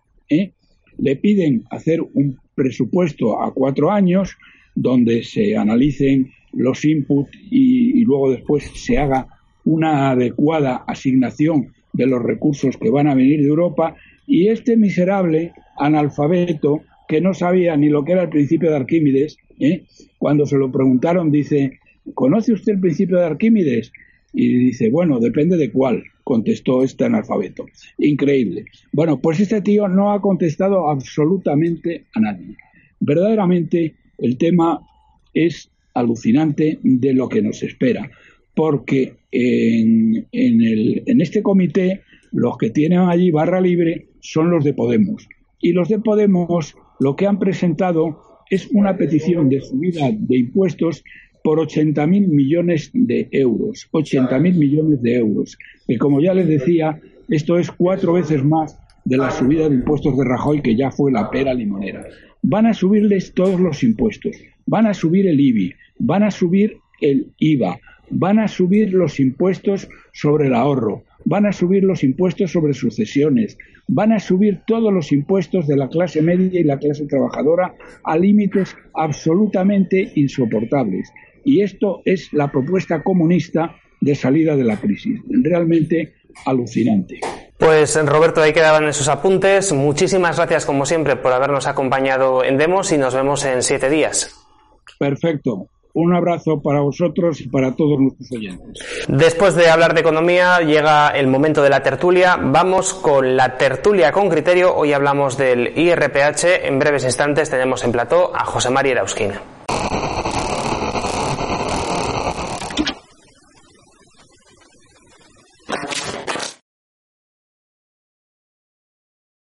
Le piden hacer un presupuesto a 4 años donde se analicen los inputs y luego después se haga una adecuada asignación de los recursos que van a venir de Europa. Y este miserable analfabeto, que no sabía ni lo que era el principio de Arquímedes, cuando se lo preguntaron, dice: ¿conoce usted el principio de Arquímedes? Y dice: bueno, depende de cuál, contestó este analfabeto. Increíble. Bueno, pues este tío no ha contestado absolutamente a nadie. Verdaderamente el tema es alucinante de lo que nos espera, porque en este comité los que tienen allí barra libre son los de Podemos. Y los de Podemos lo que han presentado es una petición de subida de impuestos por 80.000 millones de euros. 80.000 millones de euros. Que como ya les decía, esto es 4 veces más de la subida de impuestos de Rajoy, que ya fue la pera limonera. Van a subirles todos los impuestos. Van a subir el IBI. Van a subir el IVA. Van a subir los impuestos sobre el ahorro. Van a subir los impuestos sobre sucesiones, van a subir todos los impuestos de la clase media y la clase trabajadora a límites absolutamente insoportables. Y esto es la propuesta comunista de salida de la crisis. Realmente alucinante. Pues Roberto, ahí quedaban esos apuntes. Muchísimas gracias, como siempre, por habernos acompañado en Demos y nos vemos en 7 días. Perfecto. Un abrazo para vosotros y para todos nuestros oyentes. Después de hablar de economía, llega el momento de la tertulia. Vamos con la tertulia con criterio. Hoy hablamos del IRPH. En breves instantes tenemos en plató a José Mari Erauskin.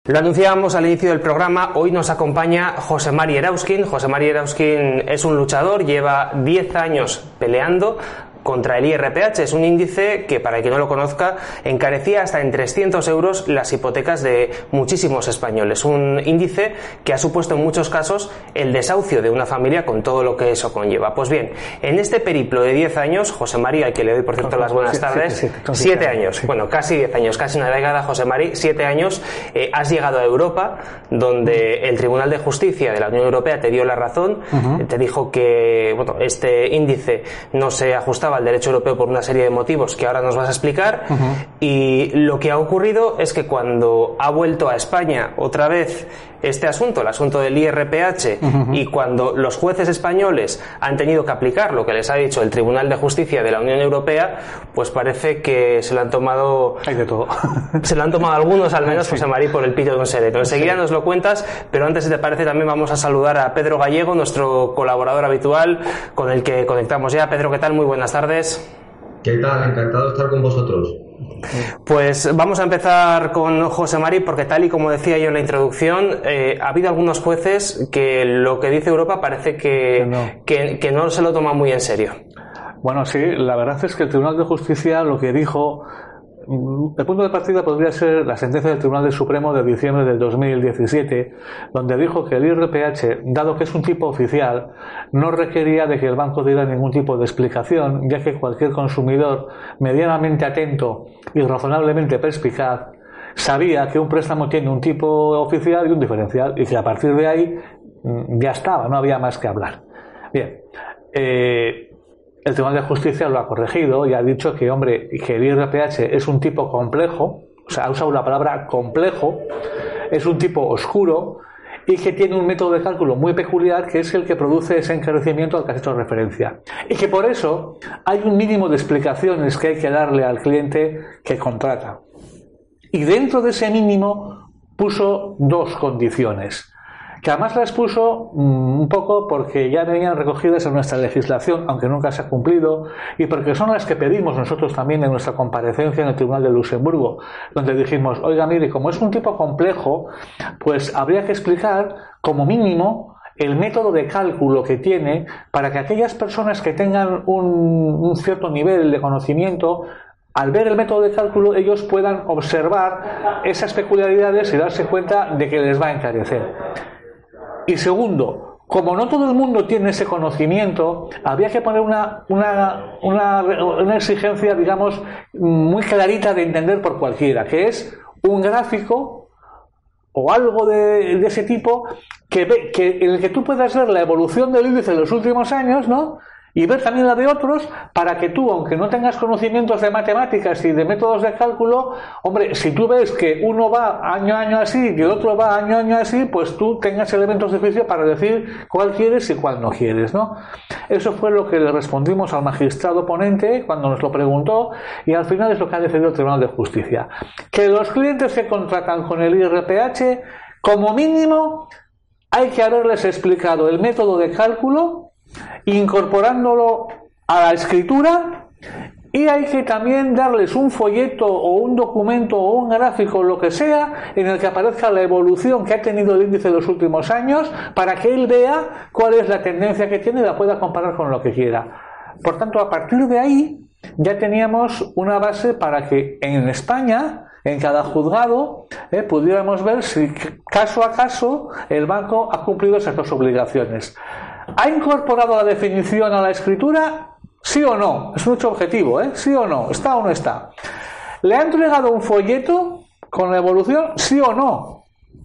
Lo anunciábamos al inicio del programa, hoy nos acompaña José Mari Erauskin. José Mari Erauskin es un luchador, lleva 10 años peleando contra el IRPH. Es un índice que, para el que no lo conozca, encarecía hasta en 300 euros las hipotecas de muchísimos españoles. Un índice que ha supuesto en muchos casos el desahucio de una familia con todo lo que eso conlleva. Pues bien, en este periplo de 10 años, José Mari, al que le doy por cierto las buenas tardes, 7 años, bueno, casi 10 años, casi una década, José Mari, 7 años, has llegado a Europa, donde el Tribunal de Justicia de la Unión Europea te dio la razón, te dijo que bueno, este índice no se ajustaba al derecho europeo por una serie de motivos que ahora nos vas a explicar, y lo que ha ocurrido es que cuando ha vuelto a España otra vez este asunto, el asunto del IRPH, y cuando los jueces españoles han tenido que aplicar lo que les ha dicho el Tribunal de Justicia de la Unión Europea, pues parece que se lo han tomado... Hay de todo. Se lo han tomado algunos, al menos, José Mari, por el pillo de un sereto. Enseguida nos lo cuentas, pero antes, si te parece, también vamos a saludar a Pedro Gallego, nuestro colaborador habitual, con el que conectamos ya. Pedro, ¿qué tal? Muy buenas tardes. ¿Qué tal? Encantado de estar con vosotros. Pues vamos a empezar con José Mari, porque tal y como decía yo en la introducción, ha habido algunos jueces que lo que dice Europa parece que no se lo toman muy en serio. Bueno, sí, la verdad es que el Tribunal de Justicia lo que dijo, el punto de partida podría ser la sentencia del Tribunal Supremo de diciembre del 2017, donde dijo que el IRPH, dado que es un tipo oficial, no requería de que el banco diera ningún tipo de explicación, ya que cualquier consumidor medianamente atento y razonablemente perspicaz sabía que un préstamo tiene un tipo oficial y un diferencial, y que a partir de ahí ya estaba, no había más que hablar. Bien, el Tribunal de Justicia lo ha corregido y ha dicho que, hombre, que el IRPH es un tipo complejo, o sea, ha usado la palabra complejo, es un tipo oscuro y que tiene un método de cálculo muy peculiar, que es el que produce ese encarecimiento al que has hecho referencia. Y que por eso hay un mínimo de explicaciones que hay que darle al cliente que contrata. Y dentro de ese mínimo puso dos condiciones, que además las puso un poco porque ya venían recogidas en nuestra legislación, aunque nunca se ha cumplido, y porque son las que pedimos nosotros también en nuestra comparecencia en el Tribunal de Luxemburgo, donde dijimos, oiga, mire, como es un tipo complejo, pues habría que explicar como mínimo el método de cálculo que tiene para que aquellas personas que tengan un cierto nivel de conocimiento, al ver el método de cálculo, ellos puedan observar esas peculiaridades y darse cuenta de que les va a encarecer. Y segundo, como no todo el mundo tiene ese conocimiento, había que poner una exigencia, digamos, muy clarita de entender por cualquiera, que es un gráfico o algo de ese tipo en el que tú puedas ver la evolución del índice en los últimos años, ¿no? Y ver también la de otros, para que tú, aunque no tengas conocimientos de matemáticas y de métodos de cálculo, hombre, si tú ves que uno va año a año así y el otro va año a año así, pues tú tengas elementos de juicio para decir cuál quieres y cuál no quieres, ¿no? Eso fue lo que le respondimos al magistrado ponente cuando nos lo preguntó, y al final es lo que ha decidido el Tribunal de Justicia. Que los clientes que contratan con el IRPH, como mínimo, hay que haberles explicado el método de cálculo, incorporándolo a la escritura, y hay que también darles un folleto o un documento o un gráfico, lo que sea, en el que aparezca la evolución que ha tenido el índice en los últimos años, para que él vea cuál es la tendencia que tiene y la pueda comparar con lo que quiera. Por tanto, a partir de ahí ya teníamos una base para que en España, en cada juzgado, pudiéramos ver si caso a caso el banco ha cumplido esas dos obligaciones. ¿Ha incorporado la definición a la escritura? ¿Sí o no? Es un hecho objetivo, ¿eh? ¿Sí o no? ¿Está o no está? ¿Le ha entregado un folleto con la evolución? ¿Sí o no?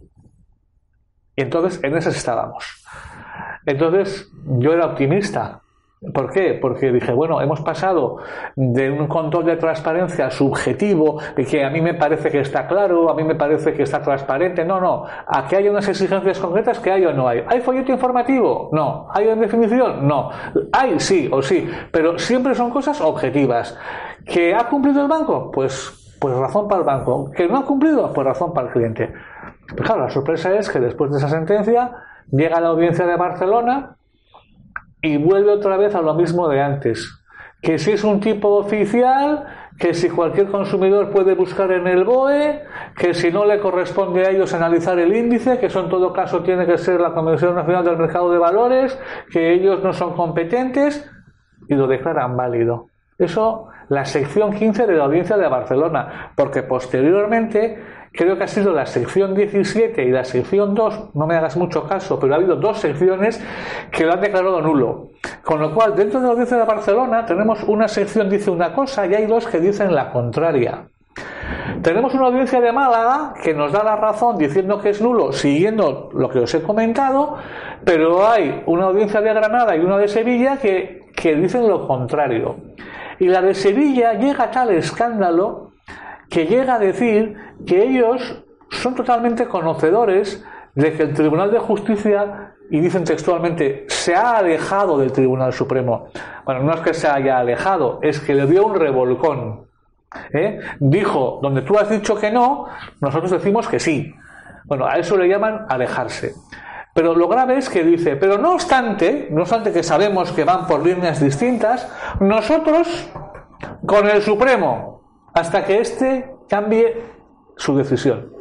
Y entonces en esas estábamos. Entonces yo era optimista. ¿Por qué? Porque dije, bueno, hemos pasado de un control de transparencia subjetivo, de que a mí me parece que está claro, a mí me parece que está transparente. No, a que haya unas exigencias concretas, que hay o no hay. ¿Hay folleto informativo? No. ¿Hay una definición? No. ¿Hay? Sí o sí, pero siempre son cosas objetivas. ¿Que ha cumplido el banco? Pues razón para el banco. ¿Que no ha cumplido? Pues razón para el cliente. Pero claro, la sorpresa es que después de esa sentencia llega la audiencia de Barcelona y vuelve otra vez a lo mismo de antes, que si es un tipo oficial, que si cualquier consumidor puede buscar en el BOE, que si no le corresponde a ellos analizar el índice, que eso en todo caso tiene que ser la Comisión Nacional del Mercado de Valores, que ellos no son competentes, y lo declaran válido. Eso, la sección 15 de la Audiencia de Barcelona, porque posteriormente creo que ha sido la sección 17 y la sección 2, no me hagas mucho caso, pero ha habido 2 secciones que lo han declarado nulo. Con lo cual, dentro de la Audiencia de Barcelona tenemos una sección que dice una cosa y hay 2 que dicen la contraria. Tenemos una audiencia de Málaga que nos da la razón diciendo que es nulo, siguiendo lo que os he comentado, pero hay una audiencia de Granada y una de Sevilla que dicen lo contrario. Y la de Sevilla llega a tal escándalo que llega a decir que ellos son totalmente conocedores de que el Tribunal de Justicia, y dicen textualmente, se ha alejado del Tribunal Supremo. Bueno, no es que se haya alejado, es que le dio un revolcón. Dijo, donde tú has dicho que no, nosotros decimos que sí. Bueno, a eso le llaman alejarse. Pero lo grave es que dice, pero no obstante que sabemos que van por líneas distintas, nosotros con el Supremo, hasta que éste cambie su decisión.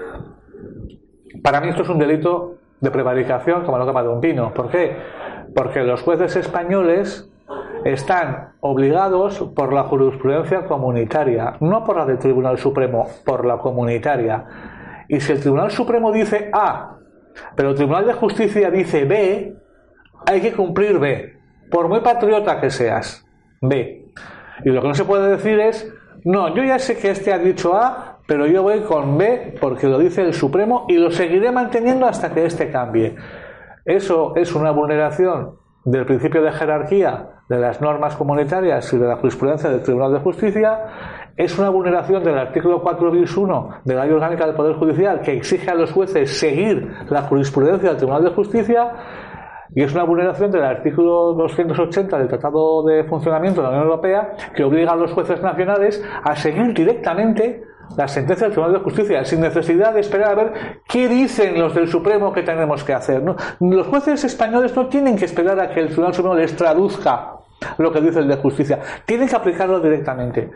Para mí esto es un delito de prevaricación como la cama de un pino. ¿Por qué? Porque los jueces españoles están obligados por la jurisprudencia comunitaria, no por la del Tribunal Supremo, por la comunitaria. Y si el Tribunal Supremo dice A, pero el Tribunal de Justicia dice B, hay que cumplir B, por muy patriota que seas, B. Y lo que no se puede decir es, no, yo ya sé que este ha dicho A, pero yo voy con B porque lo dice el Supremo y lo seguiré manteniendo hasta que este cambie. Eso es una vulneración del principio de jerarquía de las normas comunitarias y de la jurisprudencia del Tribunal de Justicia. Es una vulneración del artículo 4 bis 1 de la Ley Orgánica del Poder Judicial que exige a los jueces seguir la jurisprudencia del Tribunal de Justicia, y es una vulneración del artículo 280 del Tratado de Funcionamiento de la Unión Europea que obliga a los jueces nacionales a seguir directamente la sentencia del Tribunal de Justicia sin necesidad de esperar a ver qué dicen los del Supremo que tenemos que hacer, ¿no? Los jueces españoles no tienen que esperar a que el Tribunal Supremo les traduzca lo que dice el de Justicia, tienen que aplicarlo directamente.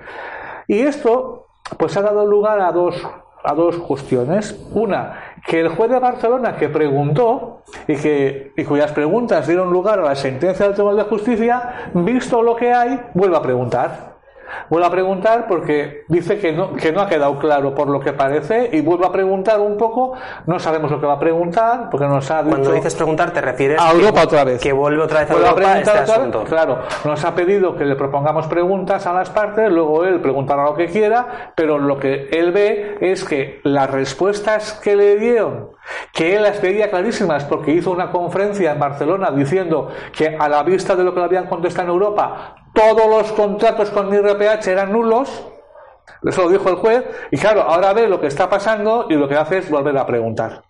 Y esto pues ha dado lugar a dos cuestiones. Una, que el juez de Barcelona que preguntó y cuyas preguntas dieron lugar a la sentencia del Tribunal de Justicia, visto lo que hay, vuelve a preguntar. Vuelve a preguntar porque dice que no ha quedado claro por lo que parece, y vuelve a preguntar un poco. No sabemos lo que va a preguntar porque nos ha dicho... Cuando dices preguntar te refieres a Europa otra vez. Que vuelve otra vez a Europa este asunto. Claro, nos ha pedido que le propongamos preguntas a las partes, luego él preguntará lo que quiera, pero lo que él ve es que las respuestas que le dieron, que él las veía clarísimas porque hizo una conferencia en Barcelona diciendo que a la vista de lo que le habían contestado en Europa, todos los contratos con mi RPH eran nulos. Eso lo dijo el juez, y claro, ahora ve lo que está pasando y lo que hace es volver a preguntar.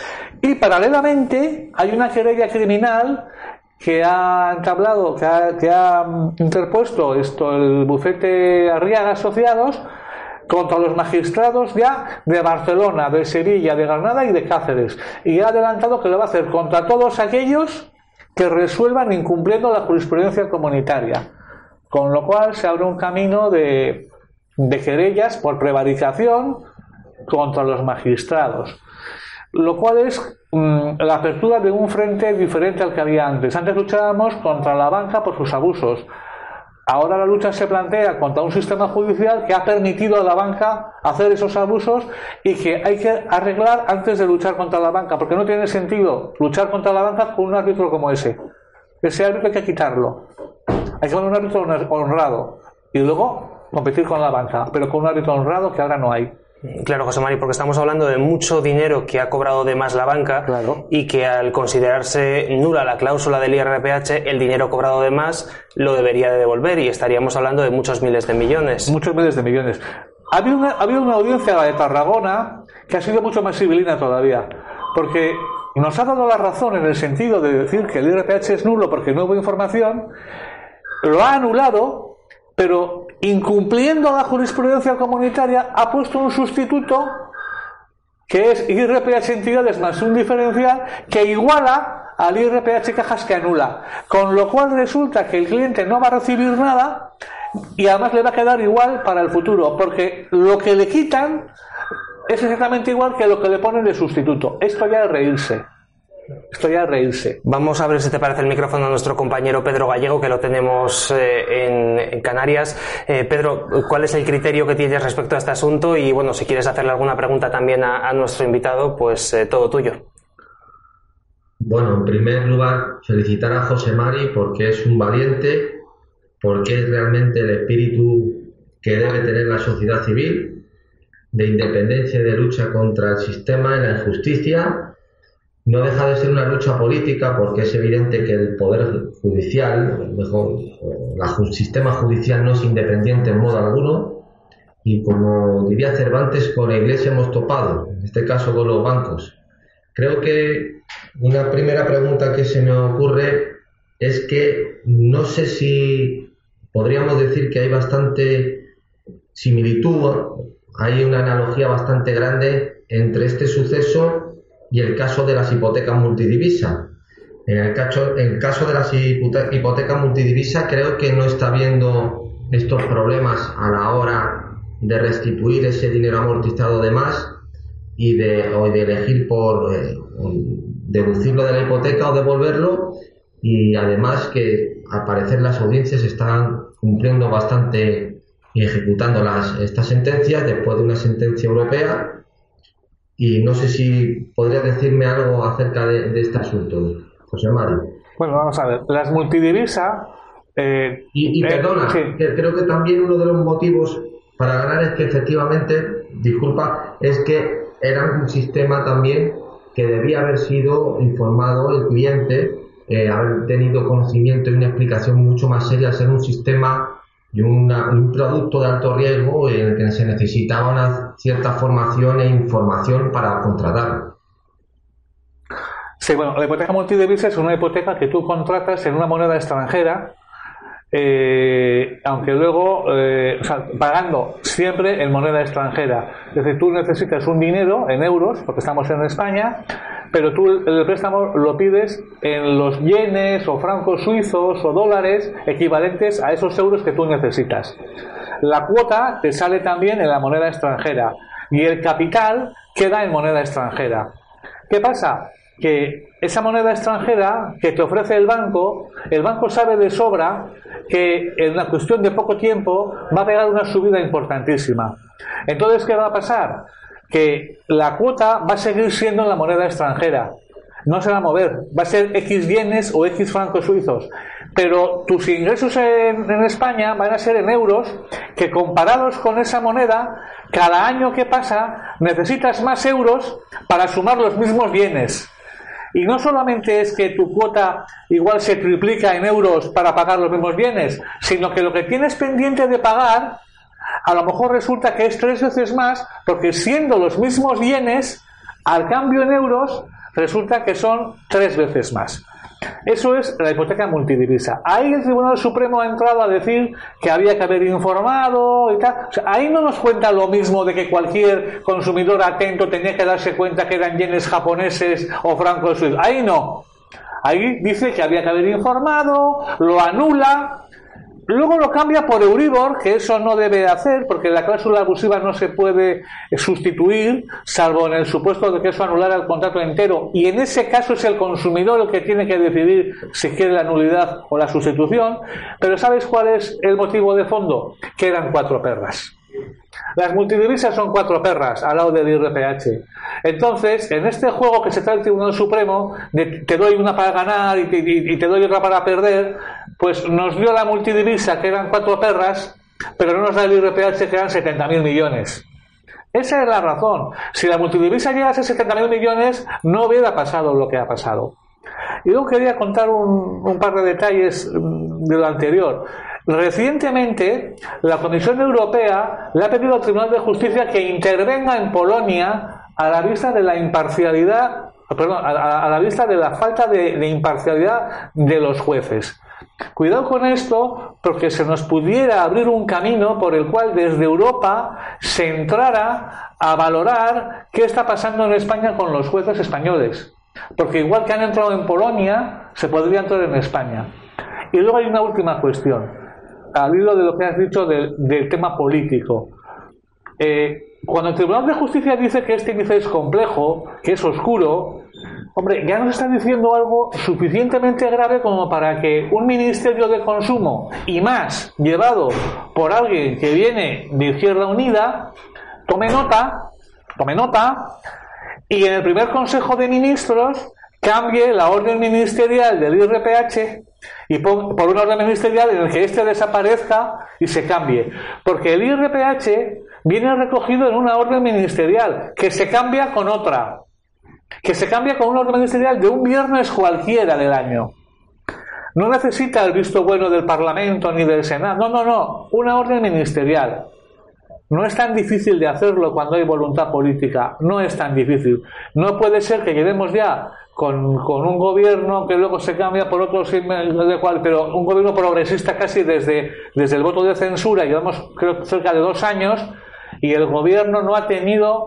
Y paralelamente hay una querella criminal que ha entablado, que ha interpuesto el bufete Arriaga Asociados contra los magistrados ya de Barcelona, de Sevilla, de Granada y de Cáceres, y ha adelantado que lo va a hacer contra todos aquellos que resuelvan incumpliendo la jurisprudencia comunitaria, con lo cual se abre un camino de querellas por prevaricación contra los magistrados, lo cual es la apertura de un frente diferente al que había antes. Antes luchábamos contra la banca por sus abusos. Ahora la lucha se plantea contra un sistema judicial que ha permitido a la banca hacer esos abusos y que hay que arreglar antes de luchar contra la banca, porque no tiene sentido luchar contra la banca con un árbitro como ese. Ese árbitro hay que quitarlo. Hay que poner un árbitro honrado y luego competir con la banca, pero con un árbitro honrado que ahora no hay. Claro, José Mari, porque estamos hablando de mucho dinero que ha cobrado de más la banca, claro, y que al considerarse nula la cláusula del IRPH, el dinero cobrado de más lo debería de devolver, y estaríamos hablando de muchos miles de millones. Muchos miles de millones. Ha habido una audiencia, la de Tarragona, que ha sido mucho más civilina todavía, porque nos ha dado la razón en el sentido de decir que el IRPH es nulo porque no hubo información, lo ha anulado, pero incumpliendo la jurisprudencia comunitaria ha puesto un sustituto que es IRPH entidades más un diferencial que iguala al IRPH cajas que anula. Con lo cual resulta que el cliente no va a recibir nada y además le va a quedar igual para el futuro, porque lo que le quitan es exactamente igual que lo que le ponen de sustituto. Esto ya es reírse. Vamos a ver si te parece el micrófono a nuestro compañero Pedro Gallego, que lo tenemos en Canarias. Pedro, ¿cuál es el criterio que tienes respecto a este asunto? Y bueno, si quieres hacerle alguna pregunta también a nuestro invitado, pues todo tuyo. Bueno, en primer lugar, felicitar a José Mari porque es un valiente, porque es realmente el espíritu que debe tener la sociedad civil, de independencia y de lucha contra el sistema y la injusticia. No deja de ser una lucha política porque es evidente que el Poder Judicial, el sistema judicial no es independiente en modo alguno y, como diría Cervantes, con la Iglesia hemos topado, en este caso con los bancos. Creo que una primera pregunta que se me ocurre es que no sé si podríamos decir que hay bastante similitud, hay una analogía bastante grande entre este suceso y el caso de las hipotecas multidivisa. En el caso de las hipotecas multidivisa creo que no está habiendo estos problemas a la hora de restituir ese dinero amortizado de más y de elegir por deducirlo de la hipoteca o devolverlo, y además que al parecer las audiencias están cumpliendo bastante y ejecutando estas sentencias después de una sentencia europea. Y no sé si podrías decirme algo acerca de este asunto, José Mari. Bueno, vamos a ver. Las multidivisa... perdona, sí. Que creo que también uno de los motivos para ganar es que efectivamente, disculpa, es que era un sistema también que debía haber sido informado el cliente, haber tenido conocimiento y una explicación mucho más seria, al ser un sistema y un producto de alto riesgo en el que se necesitaba una cierta formación e información para contratarlo. Sí, bueno, la hipoteca multidivisa es una hipoteca que tú contratas en una moneda extranjera, aunque luego, pagando siempre en moneda extranjera. Es decir, tú necesitas un dinero en euros, porque estamos en España, pero tú el préstamo lo pides en los yenes o francos suizos o dólares equivalentes a esos euros que tú necesitas. La cuota te sale también en la moneda extranjera y el capital queda en moneda extranjera. ¿Qué pasa? Que esa moneda extranjera que te ofrece el banco sabe de sobra que en una cuestión de poco tiempo va a pegar una subida importantísima. Entonces, ¿qué va a pasar? Que la cuota va a seguir siendo en la moneda extranjera, no se va a mover, va a ser X yenes o X francos suizos, pero tus ingresos en España van a ser en euros, que comparados con esa moneda, cada año que pasa necesitas más euros para sumar los mismos yenes. Y no solamente es que tu cuota igual se triplica en euros para pagar los mismos bienes, sino que lo que tienes pendiente de pagar a lo mejor resulta que es 3 veces más, porque siendo los mismos yenes, al cambio en euros, resulta que son 3 veces más. Eso es la hipoteca multidivisa. Ahí el Tribunal Supremo ha entrado a decir que había que haber informado y tal. O sea, ahí no nos cuenta lo mismo de que cualquier consumidor atento tenía que darse cuenta que eran yenes japoneses o francos suizos. Ahí no. Ahí dice que había que haber informado, lo anula. Luego lo cambia por Euribor, que eso no debe hacer, porque la cláusula abusiva no se puede sustituir, salvo en el supuesto de que eso anulara el contrato entero, y en ese caso es el consumidor el que tiene que decidir si quiere la nulidad o la sustitución. Pero ¿sabes cuál es el motivo de fondo? Que eran 4 perras. Las multidivisas son 4 perras al lado del IRPH. Entonces, en este juego que se trae el Tribunal Supremo, de te doy una para ganar y te doy otra para perder, pues nos dio la multidivisa, que eran 4 perras, pero no nos da el IRPH, que eran 70.000 millones. Esa es la razón. Si la multidivisa llegase a 70.000 millones, no hubiera pasado lo que ha pasado. Y luego quería contar un par de detalles de lo anterior. Recientemente, la Comisión Europea le ha pedido al Tribunal de Justicia que intervenga en Polonia a la vista de la imparcialidad, a la vista de la falta de imparcialidad de los jueces. Cuidado con esto, porque se nos pudiera abrir un camino por el cual desde Europa se entrara a valorar qué está pasando en España con los jueces españoles. Porque igual que han entrado en Polonia, se podría entrar en España. Y luego hay una última cuestión, al hilo de lo que has dicho del tema político. Cuando el Tribunal de Justicia dice que este índice es complejo, que es oscuro, hombre, ya nos está diciendo algo suficientemente grave como para que un Ministerio de Consumo, y más llevado por alguien que viene de Izquierda Unida, tome nota, y en el primer Consejo de Ministros cambie la orden ministerial del IRPH y por una orden ministerial en la que este desaparezca y se cambie. Porque el IRPH viene recogido en una orden ministerial que se cambia con otra, que se cambia con una orden ministerial de un viernes cualquiera del año. No necesita el visto bueno del Parlamento ni del Senado, no, una orden ministerial. No es tan difícil de hacerlo cuando hay voluntad política, no es tan difícil. No puede ser que lleguemos ya con un gobierno que luego se cambia por otro, pero un gobierno progresista casi desde el voto de censura, llevamos creo cerca de 2 años, y el gobierno no ha tenido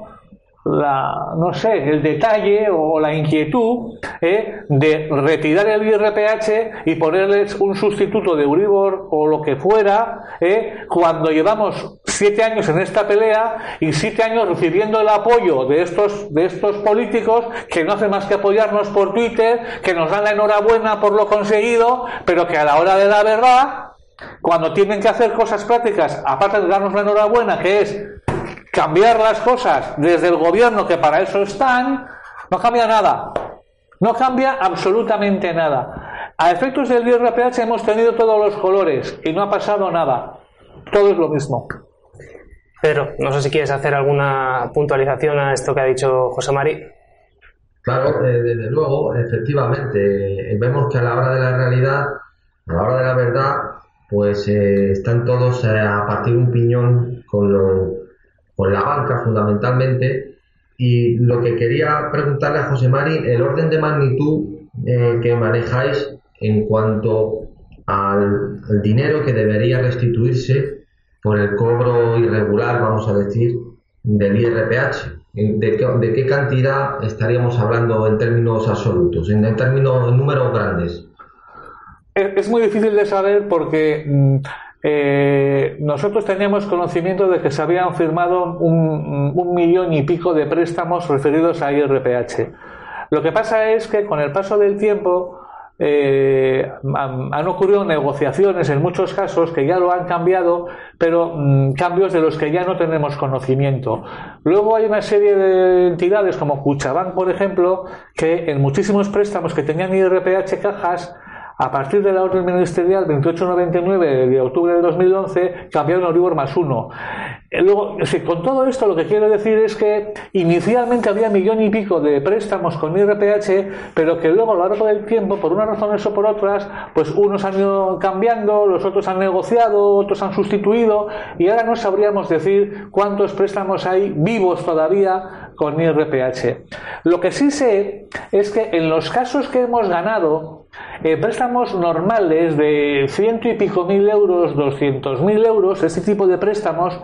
el detalle o la inquietud de retirar el IRPH y ponerles un sustituto de Euribor o lo que fuera, cuando llevamos 7 años en esta pelea y 7 años recibiendo el apoyo de estos políticos que no hacen más que apoyarnos por Twitter, que nos dan la enhorabuena por lo conseguido, pero que a la hora de la verdad, cuando tienen que hacer cosas prácticas, aparte de darnos la enhorabuena, que es cambiar las cosas desde el gobierno, que para eso están, no cambia nada. No cambia absolutamente nada. A efectos del IRPH hemos tenido todos los colores y no ha pasado nada. Todo es lo mismo. Pedro, no sé si quieres hacer alguna puntualización a esto que ha dicho José Mari. Claro, desde luego, efectivamente, vemos que a la hora de la realidad, a la hora de la verdad, pues están todos a partir de un piñón con la banca fundamentalmente. Y lo que quería preguntarle a José Mari, el orden de magnitud que manejáis en cuanto al dinero que debería restituirse por el cobro irregular, vamos a decir, del IRPH. ¿De qué cantidad estaríamos hablando en términos absolutos, en números grandes? Es muy difícil de saber porque nosotros teníamos conocimiento de que se habían firmado 1 millón y pico de préstamos referidos a IRPH. Lo que pasa es que con el paso del tiempo han ocurrido negociaciones en muchos casos que ya lo han cambiado, pero cambios de los que ya no tenemos conocimiento. Luego hay una serie de entidades como Kutxabank, por ejemplo, que en muchísimos préstamos que tenían IRPH cajas, a partir de la orden ministerial 2899 de octubre de 2011, cambiaron Euribor más 1. Luego, con todo esto lo que quiero decir es que inicialmente había 1 millón y pico de préstamos con IRPH, pero que luego a lo largo del tiempo, por unas razones o por otras, pues unos han ido cambiando, los otros han negociado, otros han sustituido, y ahora no sabríamos decir cuántos préstamos hay vivos todavía con IRPH. Lo que sí sé es que en los casos que hemos ganado, préstamos normales de 100 y pico mil euros, 200.000 euros, este tipo de préstamos,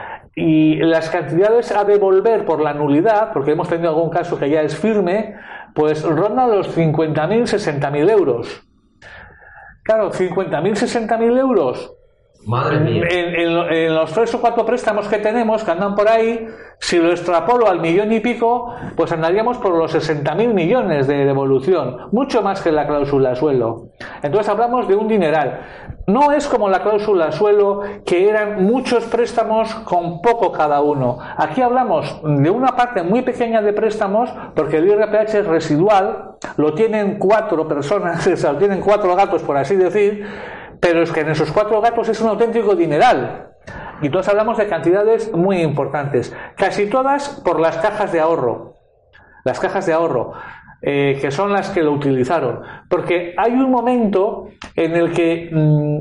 y las cantidades a devolver por la nulidad, porque hemos tenido algún caso que ya es firme, pues rondan los 50.000, 60.000 euros. Claro, 50.000, 60.000 euros. Madre mía. En los 3 o 4 préstamos que tenemos, que andan por ahí, si lo extrapolo al 1 millón y pico, pues andaríamos por los 60.000 millones de devolución, mucho más que la cláusula suelo. Entonces hablamos de un dineral. No es como la cláusula suelo, que eran muchos préstamos con poco cada uno. Aquí hablamos de una parte muy pequeña de préstamos, porque el IRPH es residual, lo tienen 4 personas, o sea, lo tienen 4 gatos, por así decir, pero es que en esos 4 gatos es un auténtico dineral. Y entonces hablamos de cantidades muy importantes, casi todas por las cajas de ahorro. Las cajas de ahorro, que son las que lo utilizaron. Porque hay un momento en el que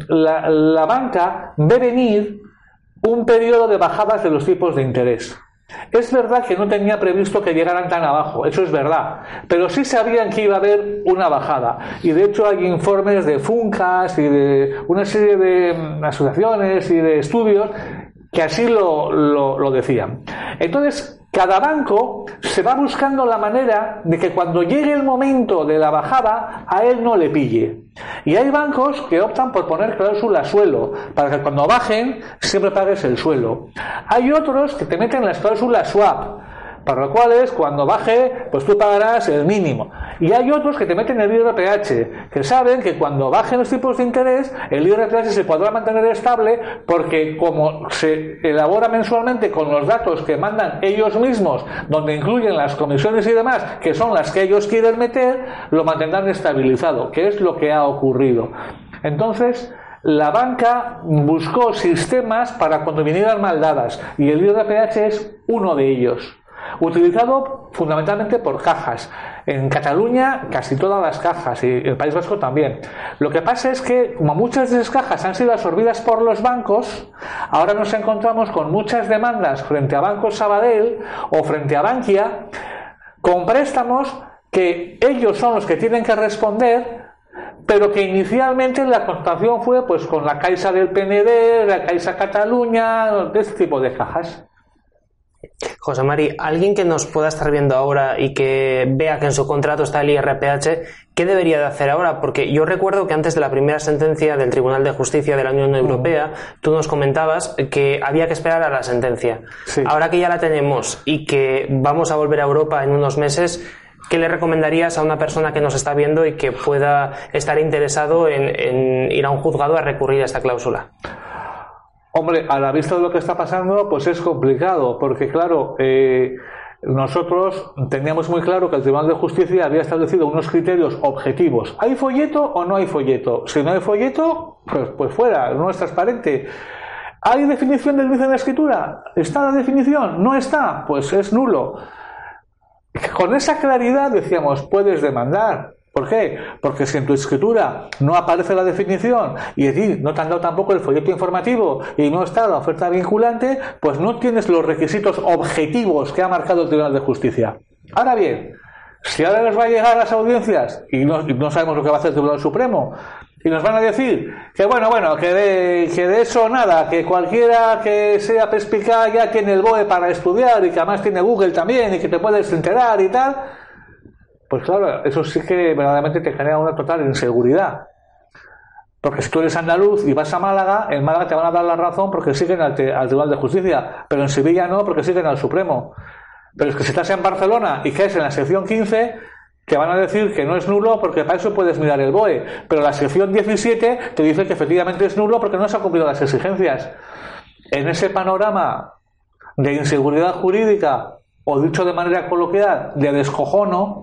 la banca ve venir un periodo de bajadas de los tipos de interés. Es verdad que no tenía previsto que llegaran tan abajo, eso es verdad, pero sí sabían que iba a haber una bajada, y de hecho hay informes de Funcas y de una serie de asociaciones y de estudios que así lo decían. Entonces, cada banco se va buscando la manera de que cuando llegue el momento de la bajada a él no le pille. Y hay bancos que optan por poner cláusula suelo, para que cuando bajen siempre pagues el suelo. Hay otros que te meten las cláusulas swap, para lo cual es cuando baje pues tú pagarás el mínimo. Y hay otros que te meten el IRPH, que saben que cuando bajen los tipos de interés el IRPH se podrá mantener estable, porque como se elabora mensualmente con los datos que mandan ellos mismos, donde incluyen las comisiones y demás, que son las que ellos quieren meter, lo mantendrán estabilizado, que es lo que ha ocurrido. Entonces la banca buscó sistemas para cuando vinieran mal dadas, y el IRPH es uno de ellos, utilizado fundamentalmente por cajas. En Cataluña casi todas las cajas, y el País Vasco también. Lo que pasa es que como muchas de esas cajas han sido absorbidas por los bancos, ahora nos encontramos con muchas demandas frente a Banco Sabadell o frente a Bankia con préstamos que ellos son los que tienen que responder, pero que inicialmente la contratación fue pues con la Caixa del PND, la Caixa Cataluña, de este tipo de cajas. José Mari, alguien que nos pueda estar viendo ahora y que vea que en su contrato está el IRPH, ¿qué debería de hacer ahora? Porque yo recuerdo que antes de la primera sentencia del Tribunal de Justicia de la Unión Europea, tú nos comentabas que había que esperar a la sentencia. Sí. Ahora que ya la tenemos y que vamos a volver a Europa en unos meses, ¿qué le recomendarías a una persona que nos está viendo y que pueda estar interesado en ir a un juzgado a recurrir a esta cláusula? Hombre, a la vista de lo que está pasando, pues es complicado, porque claro, nosotros teníamos muy claro que el Tribunal de Justicia había establecido unos criterios objetivos. ¿Hay folleto o no hay folleto? Si no hay folleto, pues fuera, no es transparente. ¿Hay definición del índice en la escritura? ¿Está la definición? ¿No está? Pues es nulo. Con esa claridad decíamos, puedes demandar. ¿Por qué? Porque si en tu escritura no aparece la definición y allí no te han dado tampoco el folleto informativo y no está la oferta vinculante, pues no tienes los requisitos objetivos que ha marcado el Tribunal de Justicia. Ahora bien, si ahora nos va a llegar a las audiencias y no sabemos lo que va a hacer el Tribunal Supremo y nos van a decir que que de eso nada, que cualquiera que sea perspicaz ya tiene el BOE para estudiar y que además tiene Google también y que te puedes enterar y tal, pues claro, eso sí que verdaderamente te genera una total inseguridad. Porque si tú eres andaluz y vas a Málaga, en Málaga te van a dar la razón porque siguen al Tribunal de Justicia, pero en Sevilla no, porque siguen al Supremo. Pero es que si estás en Barcelona y caes en la sección 15, te van a decir que no es nulo porque para eso puedes mirar el BOE. Pero la sección 17 te dice que efectivamente es nulo porque no se han cumplido las exigencias. En ese panorama de inseguridad jurídica, o dicho de manera coloquial, de descojono,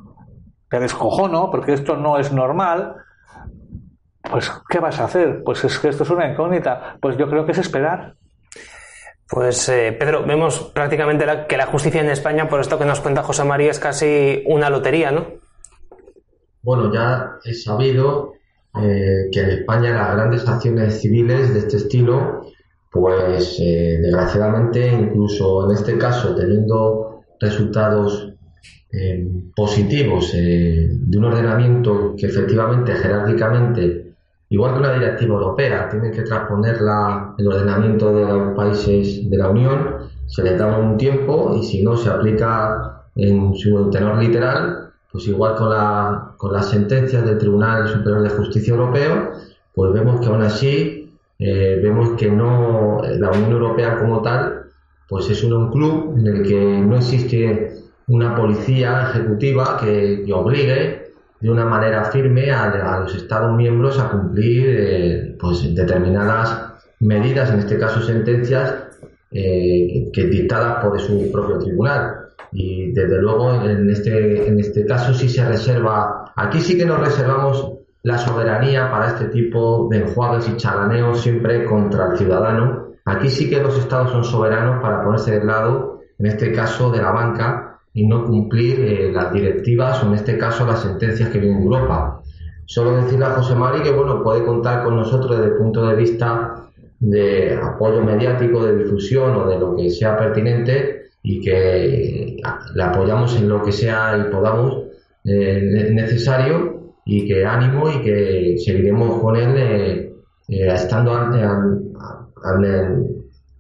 porque esto no es normal, pues ¿qué vas a hacer? Pues es que esto es una incógnita. Pues yo creo que es esperar. Pues Pedro, vemos prácticamente que la justicia en España, por esto que nos cuenta José María, es casi una lotería, ¿no? Bueno, ya he sabido que en España las grandes acciones civiles de este estilo, pues desgraciadamente, incluso en este caso teniendo resultados positivos de un ordenamiento que efectivamente, jerárquicamente, igual que una directiva europea, tiene que transponer el ordenamiento de los países de la Unión, se les da un tiempo y si no se aplica en su tenor literal, pues igual con las sentencias del Tribunal Superior de Justicia Europeo, pues vemos que aún así, vemos que no, la Unión Europea como tal, pues es un club en el que no existe una policía ejecutiva que obligue de una manera firme a los Estados miembros a cumplir pues determinadas medidas, en este caso sentencias, que dictadas por su propio tribunal. Y desde luego en este caso sí se reserva, aquí sí que nos reservamos la soberanía para este tipo de enjuagues y chalaneos siempre contra el ciudadano. Aquí sí que los Estados son soberanos para ponerse del lado, en este caso de la banca, y no cumplir las directivas o en este caso las sentencias que vienen de Europa. Solo decirle a José Mari que bueno, puede contar con nosotros desde el punto de vista de apoyo mediático, de difusión o de lo que sea pertinente y que le apoyamos en lo que sea y podamos necesario y que ánimo y que seguiremos con él estando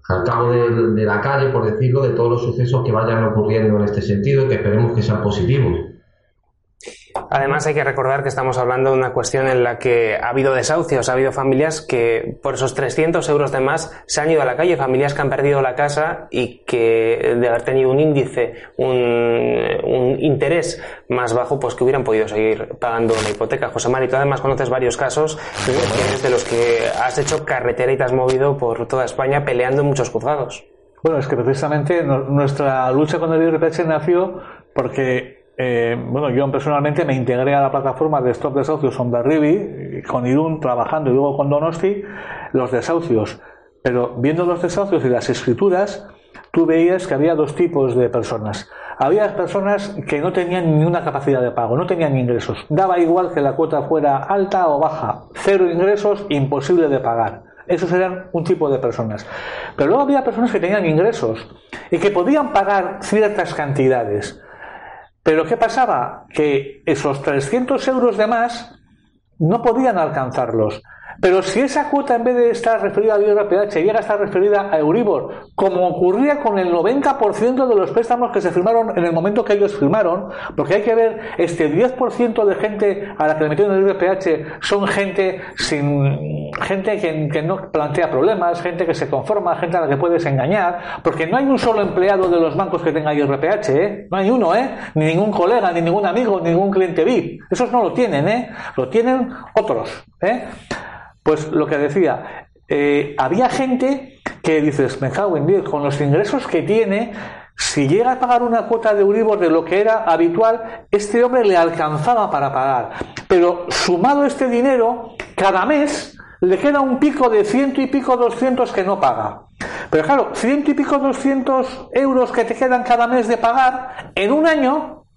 al cabo de la calle, por decirlo, de todos los sucesos que vayan ocurriendo en este sentido, que esperemos que sean positivos. Además hay que recordar que estamos hablando de una cuestión en la que ha habido desahucios, ha habido familias que por esos 300 euros de más se han ido a la calle, familias que han perdido la casa y que de haber tenido un índice, un interés más bajo, pues que hubieran podido seguir pagando la hipoteca. José Mari, tú además conoces varios casos de los que has hecho carretera y te has movido por toda España peleando en muchos juzgados. Bueno, es que precisamente nuestra lucha con el IRPH nació porque yo personalmente me integré a la plataforma de Stop Desahucios Hondarribia, con Irún trabajando y luego con Donosti, los desahucios. Pero viendo los desahucios y las escrituras, tú veías que había dos tipos de personas. Había personas que no tenían ni una capacidad de pago, no tenían ingresos. Daba igual que la cuota fuera alta o baja. 0 ingresos, imposible de pagar. Esos eran un tipo de personas. Pero luego había personas que tenían ingresos y que podían pagar ciertas cantidades. Pero ¿qué pasaba? Que esos 300 euros de más no podían alcanzarlos. Pero si esa cuota, en vez de estar referida al IRPH, llega a estar referida a Euribor, como ocurría con el 90% de los préstamos que se firmaron en el momento que ellos firmaron, porque hay que ver, este 10% de gente a la que le metieron el IRPH son gente que no plantea problemas, gente que se conforma, gente a la que puedes engañar, porque no hay un solo empleado de los bancos que tenga IRPH, no hay uno, ni ningún colega, ni ningún amigo, ni ningún cliente VIP. Esos no lo tienen, lo tienen otros, Pues lo que decía, había gente que dices, me cago en Dios, con los ingresos que tiene, si llega a pagar una cuota de Euribor de lo que era habitual, este hombre le alcanzaba para pagar. Pero sumado este dinero, cada mes le queda un pico de 100 y pico, 200 que no paga. Pero claro, 100 y pico, 200 euros que te quedan cada mes de pagar, en un año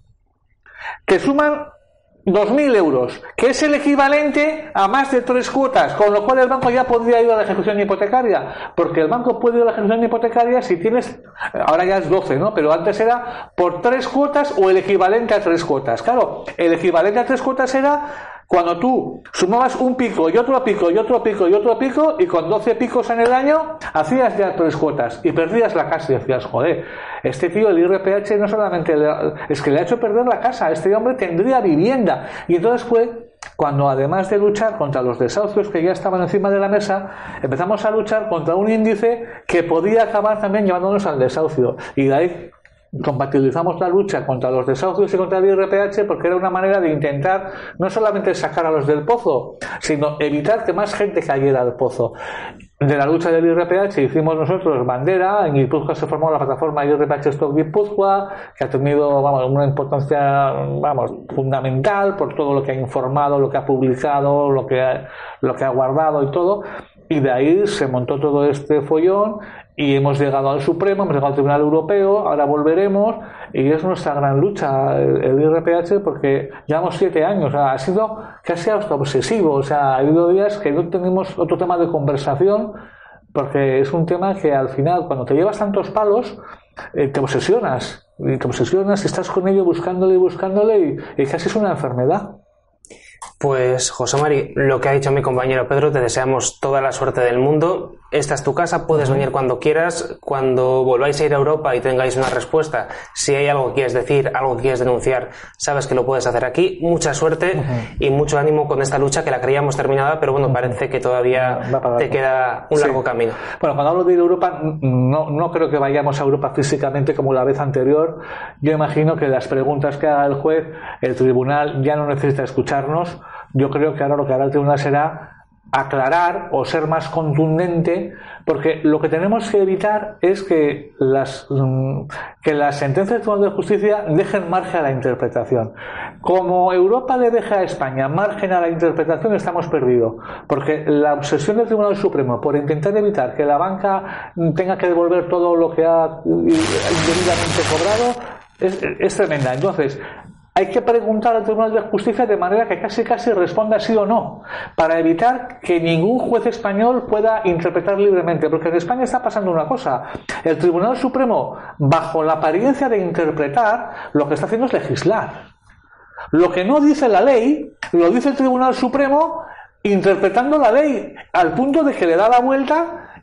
te suman 2.000 euros, que es el equivalente a más de 3 cuotas, con lo cual el banco ya podría ir a la ejecución hipotecaria, porque el banco puede ir a la ejecución hipotecaria si tienes, ahora ya es 12, ¿no? Pero antes era por 3 cuotas o el equivalente a 3 cuotas. Claro, el equivalente a 3 cuotas era cuando tú sumabas un pico y otro pico y otro pico y otro pico, y con 12 picos en el año hacías ya 3 cuotas y perdías la casa y decías, joder, este tío, el IRPH, no solamente es que le ha hecho perder la casa, este hombre tendría vivienda. Y entonces fue cuando, además de luchar contra los desahucios que ya estaban encima de la mesa, empezamos a luchar contra un índice que podía acabar también llevándonos al desahucio. Y de ahí compatibilizamos la lucha contra los desahucios y contra el IRPH, porque era una manera de intentar no solamente sacar a los del pozo, sino evitar que más gente cayera al pozo. De la lucha del IRPH hicimos nosotros bandera. En Guipúzcoa se formó la plataforma IRPH Stop Guipúzcoa, que ha tenido una importancia fundamental por todo lo que ha informado, lo que ha publicado, lo que ha guardado y todo. Y de ahí se montó todo este follón y hemos llegado al Supremo, hemos llegado al Tribunal Europeo, ahora volveremos, y es nuestra gran lucha el IRPH, porque llevamos 7 años, ha sido casi hasta obsesivo, ha habido días que no tenemos otro tema de conversación, porque es un tema que al final, cuando te llevas tantos palos, te obsesionas, y estás con ello buscándole y casi es una enfermedad. Pues José Mari, lo que ha dicho mi compañero Pedro, te deseamos toda la suerte del mundo. Esta es tu casa, puedes venir cuando quieras. Cuando volváis a ir a Europa y tengáis una respuesta, si hay algo que quieres decir, algo que quieres denunciar, sabes que lo puedes hacer aquí. Mucha suerte y mucho ánimo con esta lucha, que la creíamos terminada, pero bueno, parece que todavía te queda un largo camino. Bueno, cuando hablo de ir a Europa, no creo que vayamos a Europa físicamente como la vez anterior. Yo imagino que las preguntas que haga el juez, el tribunal ya no necesita escucharnos. Yo creo que ahora lo que hará el tribunal será aclarar o ser más contundente, porque lo que tenemos que evitar es que las sentencias del Tribunal de Justicia dejen margen a la interpretación. Como Europa le deja a España margen a la interpretación, estamos perdidos, porque la obsesión del Tribunal Supremo por intentar evitar que la banca tenga que devolver todo lo que ha indebidamente cobrado es tremenda. Entonces, hay que preguntar al Tribunal de Justicia de manera que casi responda sí o no, para evitar que ningún juez español pueda interpretar libremente, porque en España está pasando una cosa. El Tribunal Supremo, bajo la apariencia de interpretar, lo que está haciendo es legislar. Lo que no dice la ley, lo dice el Tribunal Supremo interpretando la ley, al punto de que le da la vuelta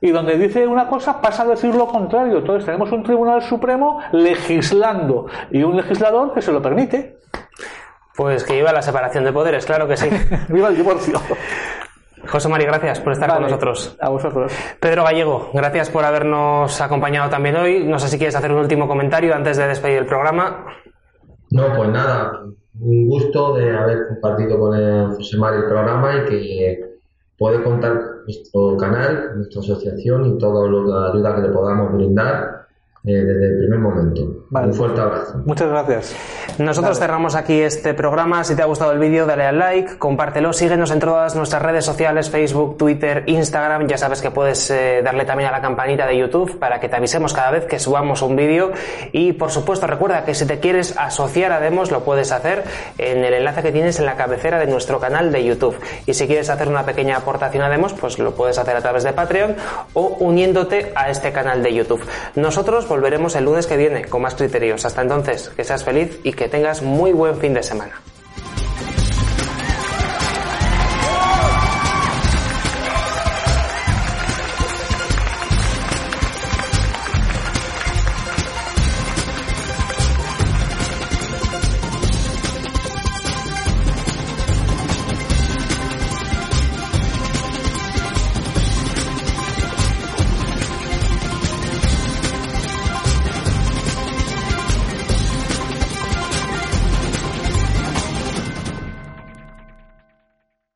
y donde dice una cosa pasa a decir lo contrario. Entonces tenemos un Tribunal Supremo legislando y un legislador que se lo permite. Pues que viva la separación de poderes, claro que sí. Viva el divorcio. José Mari, gracias por estar con nosotros. A vosotros. Pedro Gallego, gracias por habernos acompañado también hoy. No sé si quieres hacer un último comentario antes de despedir el programa. No, pues nada, un gusto de haber compartido con José Mari el programa y que puede contar con nuestro canal, nuestra asociación y toda la ayuda que le podamos brindar desde el primer momento. Vale. Un fuerte abrazo. Muchas gracias. Nosotros cerramos aquí este programa. Si te ha gustado el vídeo, dale al like, compártelo, síguenos en todas nuestras redes sociales, Facebook, Twitter, Instagram. Ya sabes que puedes darle también a la campanita de YouTube para que te avisemos cada vez que subamos un vídeo. Y por supuesto, recuerda que si te quieres asociar a Demos, lo puedes hacer en el enlace que tienes en la cabecera de nuestro canal de YouTube. Y si quieres hacer una pequeña aportación a Demos, pues lo puedes hacer a través de Patreon o uniéndote a este canal de YouTube. Nosotros volveremos el lunes que viene con más criterios. Hasta entonces, que seas feliz y que tengas muy buen fin de semana.